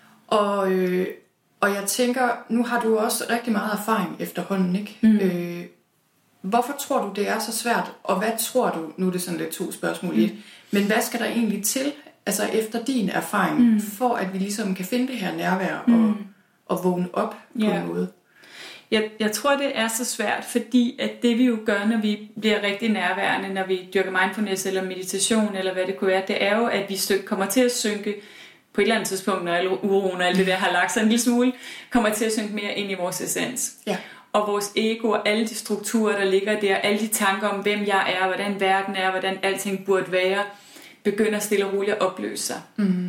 Og jeg tænker, nu har du også rigtig meget erfaring efterhånden, ikke? Hvorfor tror du, det er så svært, og hvad tror du, nu er det sådan lidt 2 spørgsmål i et, men hvad skal der egentlig til, altså efter din erfaring, for at vi ligesom kan finde det her nærvær og vågne op på en måde? Jeg tror, det er så svært, fordi at det vi jo gør, når vi bliver rigtig nærværende, når vi dyrker mindfulness eller meditation, eller hvad det kunne være, det er jo, at vi kommer til at synke på et eller andet tidspunkt, når alle uroen og alt det der har lagt sig en lille smule, kommer til at synke mere ind i vores essens. Ja. Og vores ego og alle de strukturer, der ligger der, alle de tanker om, hvem jeg er, hvordan verden er, hvordan alting burde være, begynder stille og roligt at opløse sig.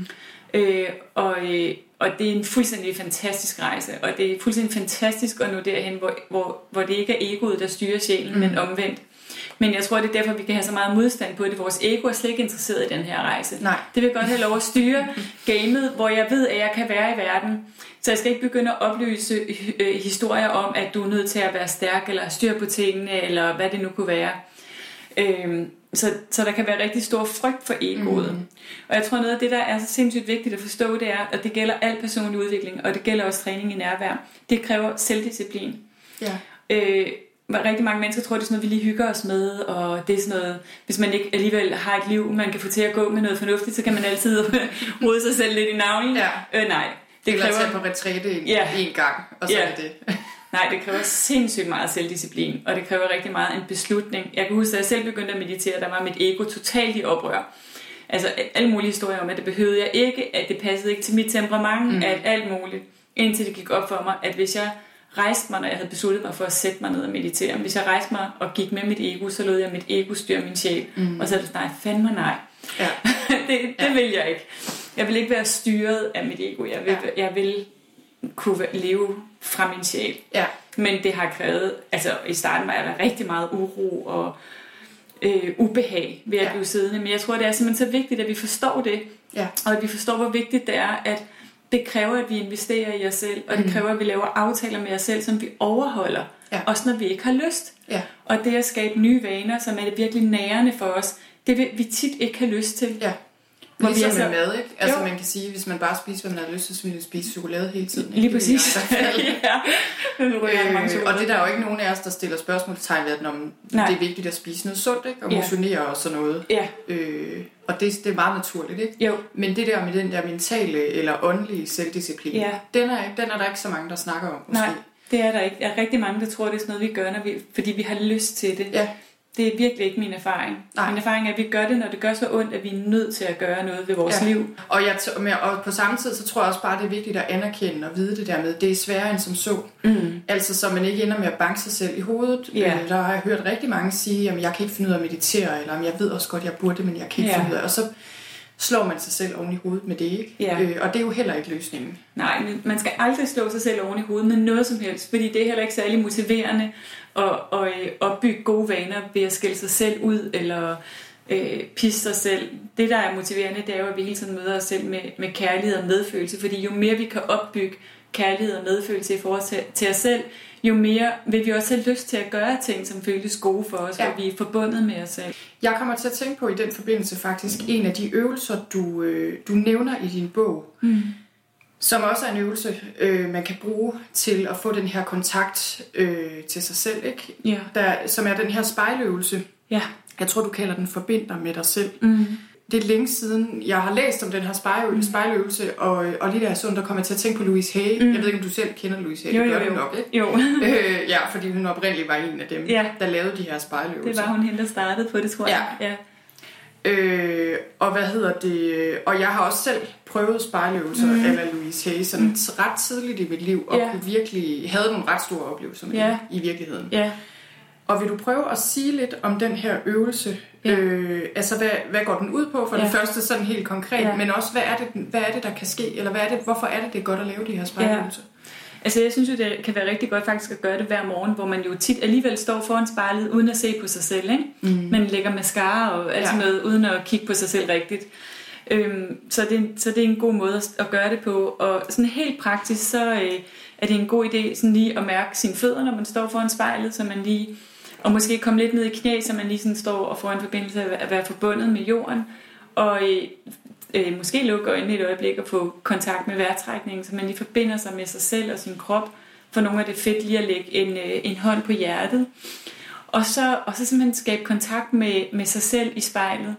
Og det er en fuldstændig fantastisk rejse, og det er fuldstændig fantastisk at nå derhen, hvor det ikke er egoet, der styrer sjælen, men omvendt. Men jeg tror, det er derfor, vi kan have så meget modstand på det. Vores ego er slet ikke interesseret i den her rejse. Nej. Det vil godt have lov at styre gamet, hvor jeg ved, at jeg kan være i verden. Så jeg skal ikke begynde at oplyse historier om, at du er nødt til at være stærk, eller styre på tingene, eller hvad det nu kunne være. Så der kan være rigtig stor frygt for egoet. Og jeg tror, noget af det, der er så sindssygt vigtigt at forstå, det er, at det gælder al personlig udvikling, og det gælder også træning i nærvær. Det kræver selvdisciplin. Ja. Rigtig mange mennesker tror, det er sådan noget, vi lige hygger os med, og det er sådan noget, hvis man ikke alligevel har et liv, man kan få til at gå med noget fornuftigt, så kan man altid rode sig selv lidt i navlen. Ja. Nej. Det kræver at tage på retræte en gang, og så er det. Nej, det kræver sindssygt meget selvdisciplin, og det kræver rigtig meget en beslutning. Jeg kan huske, at jeg selv begyndte at meditere, der var mit ego totalt i oprør. Altså alle mulige historier om, at det behøvede jeg ikke, at det passede ikke til mit temperament, at alt muligt. Indtil det gik op for mig, at hvis jeg rejste mig, når jeg havde besluttet mig for at sætte mig ned og meditere, hvis jeg rejste mig og gik med mit ego, så lod jeg mit ego styre min sjæl. Og så er det sådan, nej, fandme nej. Ja. det vil jeg ikke. Jeg vil ikke være styret af mit ego. Jeg vil kunne leve fra min sjæl. Ja. Men det har krævet, altså i starten var der rigtig meget uro og ubehag ved at blive siddende. Men jeg tror, det er simpelthen så vigtigt, at vi forstår det. Ja. Og at vi forstår, hvor vigtigt det er at det kræver, at vi investerer i os selv, og det kræver, at vi laver aftaler med os selv, som vi overholder, også når vi ikke har lyst. Ja. Og det at skabe nye vaner, som er det virkelig nærende for os, det vil vi tit ikke have lyst til. Ja. Ligesom med mad, ikke? Altså man kan sige, hvis man bare spiser, hvad man har lyst til, så vil man spise chokolade hele tiden. Lige præcis. Og det der er jo ikke nogen af os, der stiller spørgsmålstegn ved, at det er vigtigt at spise noget sundt, ikke? Og motionere og sådan noget. Ja. Og det er meget naturligt, ikke? Jo. Men det der med den der mentale eller åndelige selvdisciplin, den er der ikke så mange, der snakker om, måske. Nej, det er der ikke. Der er rigtig mange, der tror, det er sådan noget, vi gør, fordi vi har lyst til det. Ja. Det er virkelig ikke min erfaring. Nej. Min erfaring er, at vi gør det, når det gør så ondt, at vi er nødt til at gøre noget ved vores liv. Og på samme tid, så tror jeg også bare, det er vigtigt at anerkende og vide det der med, det er sværere end som så. Altså, så man ikke ender med at banke sig selv i hovedet. Der har jeg hørt rigtig mange sige, at jeg kan ikke finde ud af at meditere, eller jeg ved også godt, jeg burde, men jeg kan ikke finde ud af. Og så slår man sig selv oven i hovedet med det, ikke? Ja. Og det er jo heller ikke løsningen. Nej, men man skal aldrig slå sig selv oven i hovedet med noget som helst, fordi det er heller ikke særlig motiverende at opbygge gode vaner ved at skælde sig selv ud, eller pisse sig selv. Det, der er motiverende, det er jo, at vi hele tiden møder os selv med kærlighed og medfølelse, fordi jo mere vi kan opbygge kærlighed og medfølelse i forhold til os selv, jo mere vil vi også have lyst til at gøre ting, som føles gode for os, og vi er forbundet med os selv. Jeg kommer til at tænke på i den forbindelse faktisk en af de øvelser, du nævner i din bog, som også er en øvelse, man kan bruge til at få den her kontakt til sig selv, ikke? Ja. Som er den her spejløvelse. Ja. Jeg tror, du kalder den forbind dig med dig selv. Det er længe siden, jeg har læst om den her spejløvelse, og lige da jeg så den, der kom jeg til at tænke på Louise Hay. Jeg ved ikke, om du selv kender Louise Hay. Det gør du nok, ikke? Jo. Ja, fordi hun oprindeligt var en af dem, der lavede de her spejløvelser. Det var hun hende, der startede på det, tror jeg. Ja. Og og jeg har også selv prøvet spejløvelser af Louise Hay sådan ret tidligt i mit liv, og kunne virkelig havde nogle ret store oplevelser med det i virkeligheden. Ja. Og vil du prøve at sige lidt om den her øvelse? Altså hvad går den ud på for det første sådan helt konkret, men også hvad er det der kan ske, eller hvorfor er det godt at lave de her spejløvelser? Altså jeg synes jo, det kan være rigtig godt faktisk at gøre det hver morgen, hvor man jo tit alligevel står foran spejlet uden at se på sig selv, ikke? Man lægger mascara og alt sådan noget, uden at kigge på sig selv rigtigt. Så det er en god måde at gøre det på. Og sådan helt praktisk, så er det en god idé sådan lige at mærke sine fødder, når man står foran spejlet, så man lige, og måske komme lidt ned i knæ, så man lige sådan står og får en forbindelse af at være forbundet med jorden. Og måske lukke øjnene et øjeblik og få kontakt med vejrtrækningen, så man lige forbinder sig med sig selv og sin krop. For nogle af det fedt lige at lægge en hånd på hjertet. Og så simpelthen skabe kontakt med sig selv i spejlet.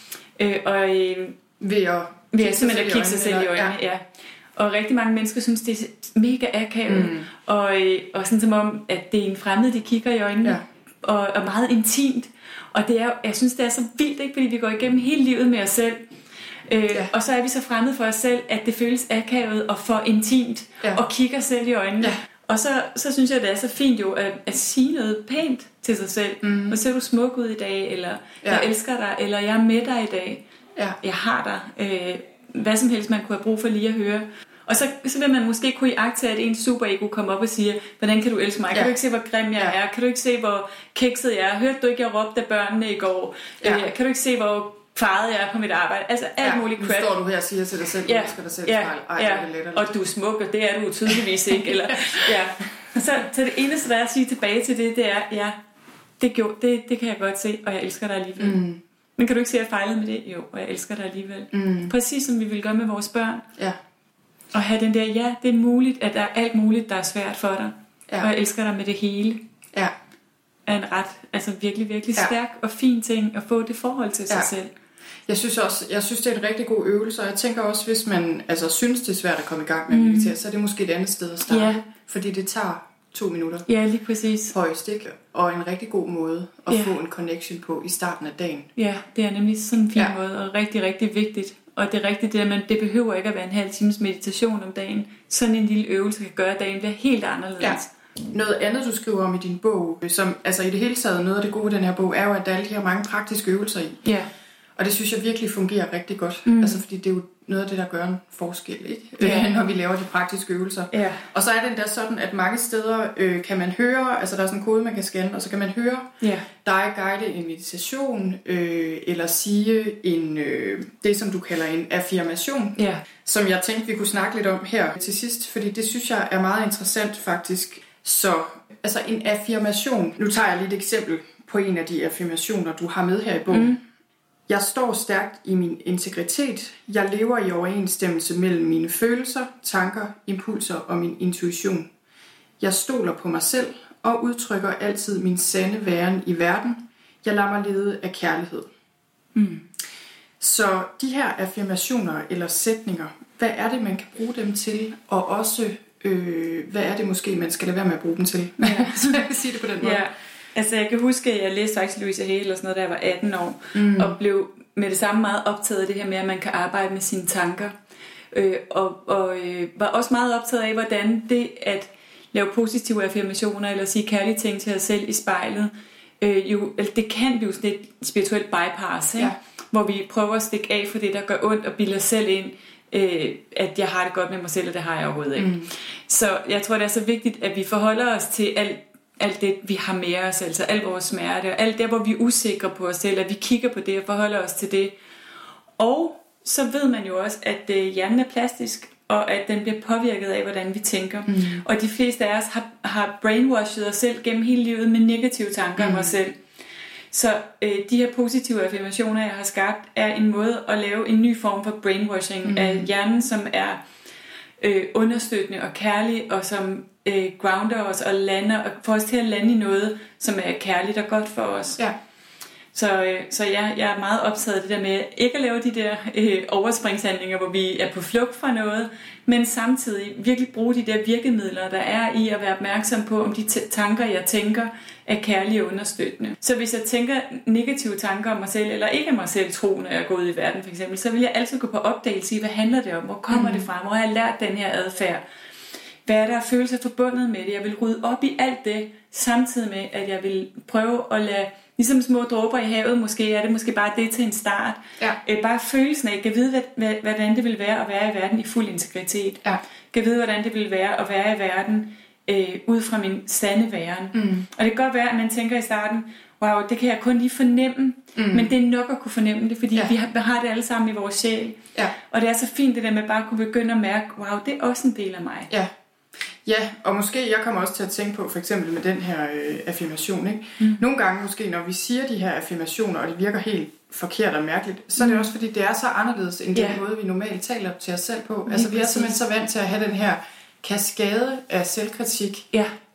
Ved simpelthen at kigge sig selv i øjnene. Ja. Og rigtig mange mennesker synes, det er mega akavet. Og sådan som om, at det er en fremmed, de kigger i øjnene. Og meget intimt. Og jeg synes, det er så vildt, ikke? Fordi vi går igennem hele livet med os selv. Og så er vi så fremmede for os selv, at det føles akavet og for intimt, og kigger selv i øjnene. Og så synes jeg, det er så fint jo at sige noget pænt til sig selv. Og ser du smuk ud i dag, eller jeg elsker dig, eller jeg er med dig i dag. Jeg har dig. Hvad som helst man kunne have brug for lige at høre. Og så vil man måske kunne iagttage, at ens superego kommer op og siger, hvordan kan du elske mig? Kan du ikke se, hvor grim jeg er? Kan du ikke se, hvor kikset jeg er? Hørte du ikke, jeg råbte af børnene i går? Kan du ikke se, hvor faret jeg er på mit arbejde? Altså alt muligt crap. Nu står du her og siger til dig selv, du elsker dig selv. Og du er smuk, og det er du tydeligvis ikke. Eller, Så det eneste, der er at sige tilbage til det er, det kan jeg godt se, og jeg elsker dig alligevel. Men kan du ikke se, at jeg fejlede med det? Jo, og jeg elsker dig alligevel. Præcis som vi vil gøre med vores børn. Og have den der, det er muligt, at der er alt muligt, der er svært for dig. Og jeg elsker dig med det hele. Er en ret, virkelig, virkelig stærk og fin ting at få det forhold til sig selv. Jeg synes det er en rigtig god øvelse, og jeg tænker også, hvis man synes, det er svært at komme i gang med at meditere, så er det måske et andet sted at starte. Fordi det tager 2 minutter. Ja, lige præcis. Højst, ikke? Og en rigtig god måde at få en connection på i starten af dagen. Ja, det er nemlig sådan en fin måde, og rigtig, rigtig vigtigt. Og det er rigtigt, det behøver ikke at være en halv times meditation om dagen. Sådan en lille øvelse kan gøre, at dagen bliver helt anderledes. Noget andet, du skriver om i din bog, som i det hele taget noget af det gode i den her bog, er jo, at der er alle de her mange praktiske øvelser i. Og det synes jeg virkelig fungerer rigtig godt. Altså fordi det er jo noget af det, der gør en forskel, ikke? Når vi laver de praktiske øvelser. Ja. Og så er det endda sådan, at mange steder kan man høre, altså der er sådan en kode, man kan scanne, og så kan man høre dig guide en meditation, eller sige det, som du kalder en affirmation, som jeg tænkte, vi kunne snakke lidt om her til sidst, fordi det synes jeg er meget interessant faktisk. Så altså en affirmation, nu tager jeg lige et eksempel på en af de affirmationer, du har med her i bogen. Jeg står stærkt i min integritet. Jeg lever i overensstemmelse mellem mine følelser, tanker, impulser og min intuition. Jeg stoler på mig selv og udtrykker altid min sande væren i verden. Jeg lader mig lede af kærlighed. Så de her affirmationer eller sætninger, hvad er det, man kan bruge dem til? Og også, hvad er det måske, man skal lade være med at bruge dem til? Så jeg kan sige det på den måde. Ja. Altså jeg kan huske, at jeg læste faktisk Louise Hay eller sådan noget, da jeg var 18 år, og blev med det samme meget optaget af det her med, at man kan arbejde med sine tanker. Og var også meget optaget af, hvordan det at lave positive affirmationer, eller sige kærlige ting til os selv i spejlet, det kan blive sådan et spirituelt bypass, ikke? Hvor vi prøver at stikke af for det, der gør ondt, og bilder selv ind, at jeg har det godt med mig selv, og det har jeg overhovedet ikke. Så jeg tror, det er så vigtigt, at vi forholder os til alt det, vi har med os, altså al vores smerte, og alt det, hvor vi er usikre på os selv, at vi kigger på det og forholder os til det. Og så ved man jo også, at hjernen er plastisk, og at den bliver påvirket af, hvordan vi tænker. Og de fleste af os har brainwashed os selv gennem hele livet med negative tanker om os selv. Så de her positive affirmationer, jeg har skabt, er en måde at lave en ny form for brainwashing af hjernen, som er understøttende og kærlig, og som grounder os og lander, og får os til at lande i noget, som er kærligt og godt for os. Ja. Så jeg er meget optaget af det der med ikke at lave de der overspringshandlinger, hvor vi er på flugt fra noget, men samtidig virkelig bruge de der virkemidler, der er i at være opmærksom på, om de tanker, jeg tænker, er kærlige og understøttende. Så hvis jeg tænker negative tanker om mig selv, eller ikke om mig selv tro, når jeg er gået i verden for eksempel, så vil jeg altid gå på opdagelse i, hvad handler det om? Hvor kommer det fra? Hvor har jeg lært den her adfærd? Hvad er der af følelser forbundet med det? Jeg vil rydde op i alt det, samtidig med, at jeg vil prøve at lade, ligesom små dråber i havet, måske er det måske bare det til en start. Ja. Bare følelsen af, at vide, hvordan det vil være at være i verden i fuld integritet. Ja. Kan vide, hvordan det vil være at være i verden ud fra min sande væren. Og det kan godt være, at man tænker i starten, wow, det kan jeg kun lige fornemme, men det er nok at kunne fornemme det, fordi vi har det alle sammen i vores sjæl. Ja. Og det er så fint det der med bare at kunne begynde at mærke, wow, det er også en del af mig. Ja. Ja, og måske jeg kommer også til at tænke på for eksempel med den her affirmation, ikke? Nogle gange måske, når vi siger de her affirmationer, og det virker helt forkert og mærkeligt, så er det også fordi, det er så anderledes end den måde, vi normalt taler til os selv på. Altså vi er simpelthen så vant til at have den her kaskade af selvkritik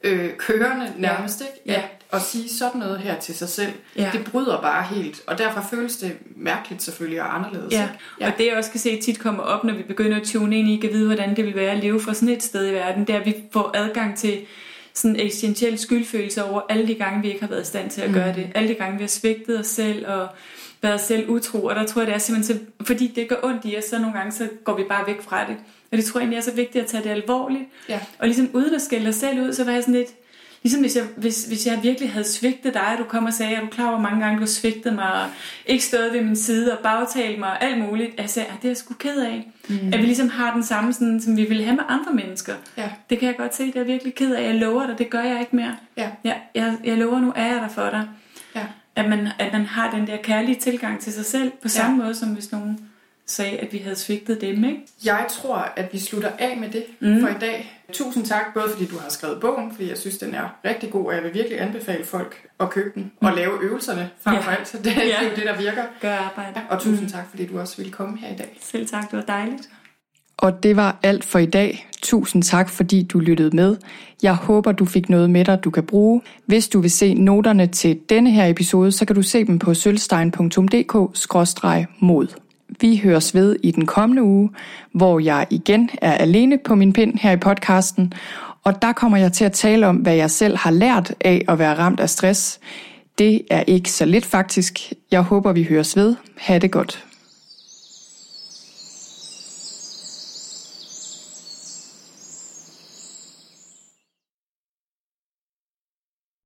kørende nærmest, ikke? Ja. Og sige sådan noget her til sig selv, det bryder bare helt, og derfor føles det mærkeligt selvfølgelig og anderledes. Ja. Og det jeg også kan se tit kommer op, når vi begynder at tune ind i, at vide, hvordan det vil være at leve fra sådan et sted i verden, det er, at vi får adgang til sådan en eksistentiel skyldfølelse over alle de gange, vi ikke har været i stand til at gøre det. Alle de gange, vi har svigtet os selv og været selv utro, og der tror jeg, det er simpelthen så, fordi det gør ondt i os, så nogle gange, så går vi bare væk fra det. Og det tror jeg egentlig er så vigtigt at tage det alvorligt. Ja. Og ligesom uden at skælde os selv ud, så var jeg sådan lidt, ligesom hvis jeg virkelig havde svigtet dig, og du kom og sagde, at du klar hvor mange gange du har svigtet mig, og ikke stået ved min side, og bagtalt mig, og alt muligt. Jeg sagde, det er jeg sgu ked af. At vi ligesom har den samme, sådan, som vi ville have med andre mennesker. Ja. Det kan jeg godt se, det er jeg virkelig ked af. Jeg lover dig, det gør jeg ikke mere. Ja. Jeg lover, nu er jeg der for dig. Ja. At man har den der kærlige tilgang til sig selv, på samme måde, som hvis nogen sagde, at vi havde svigtet dem, ikke? Jeg tror, at vi slutter af med det for i dag. Tusind tak, både fordi du har skrevet bogen, fordi jeg synes, den er rigtig god, og jeg vil virkelig anbefale folk at købe den og lave øvelserne frem for alt. Så det er jo det, der virker. Gør arbejde. Ja, og tusind tak, fordi du også ville komme her i dag. Selv tak, det var dejligt. Og det var alt for i dag. Tusind tak, fordi du lyttede med. Jeg håber, du fik noget med dig, du kan bruge. Hvis du vil se noterne til denne her episode, så kan du se dem på sølvstein.dk/mod. Vi høres ved i den kommende uge, hvor jeg igen er alene på min pind her i podcasten, og der kommer jeg til at tale om, hvad jeg selv har lært af at være ramt af stress. Det er ikke så lidt faktisk. Jeg håber, vi høres ved. Ha' det godt.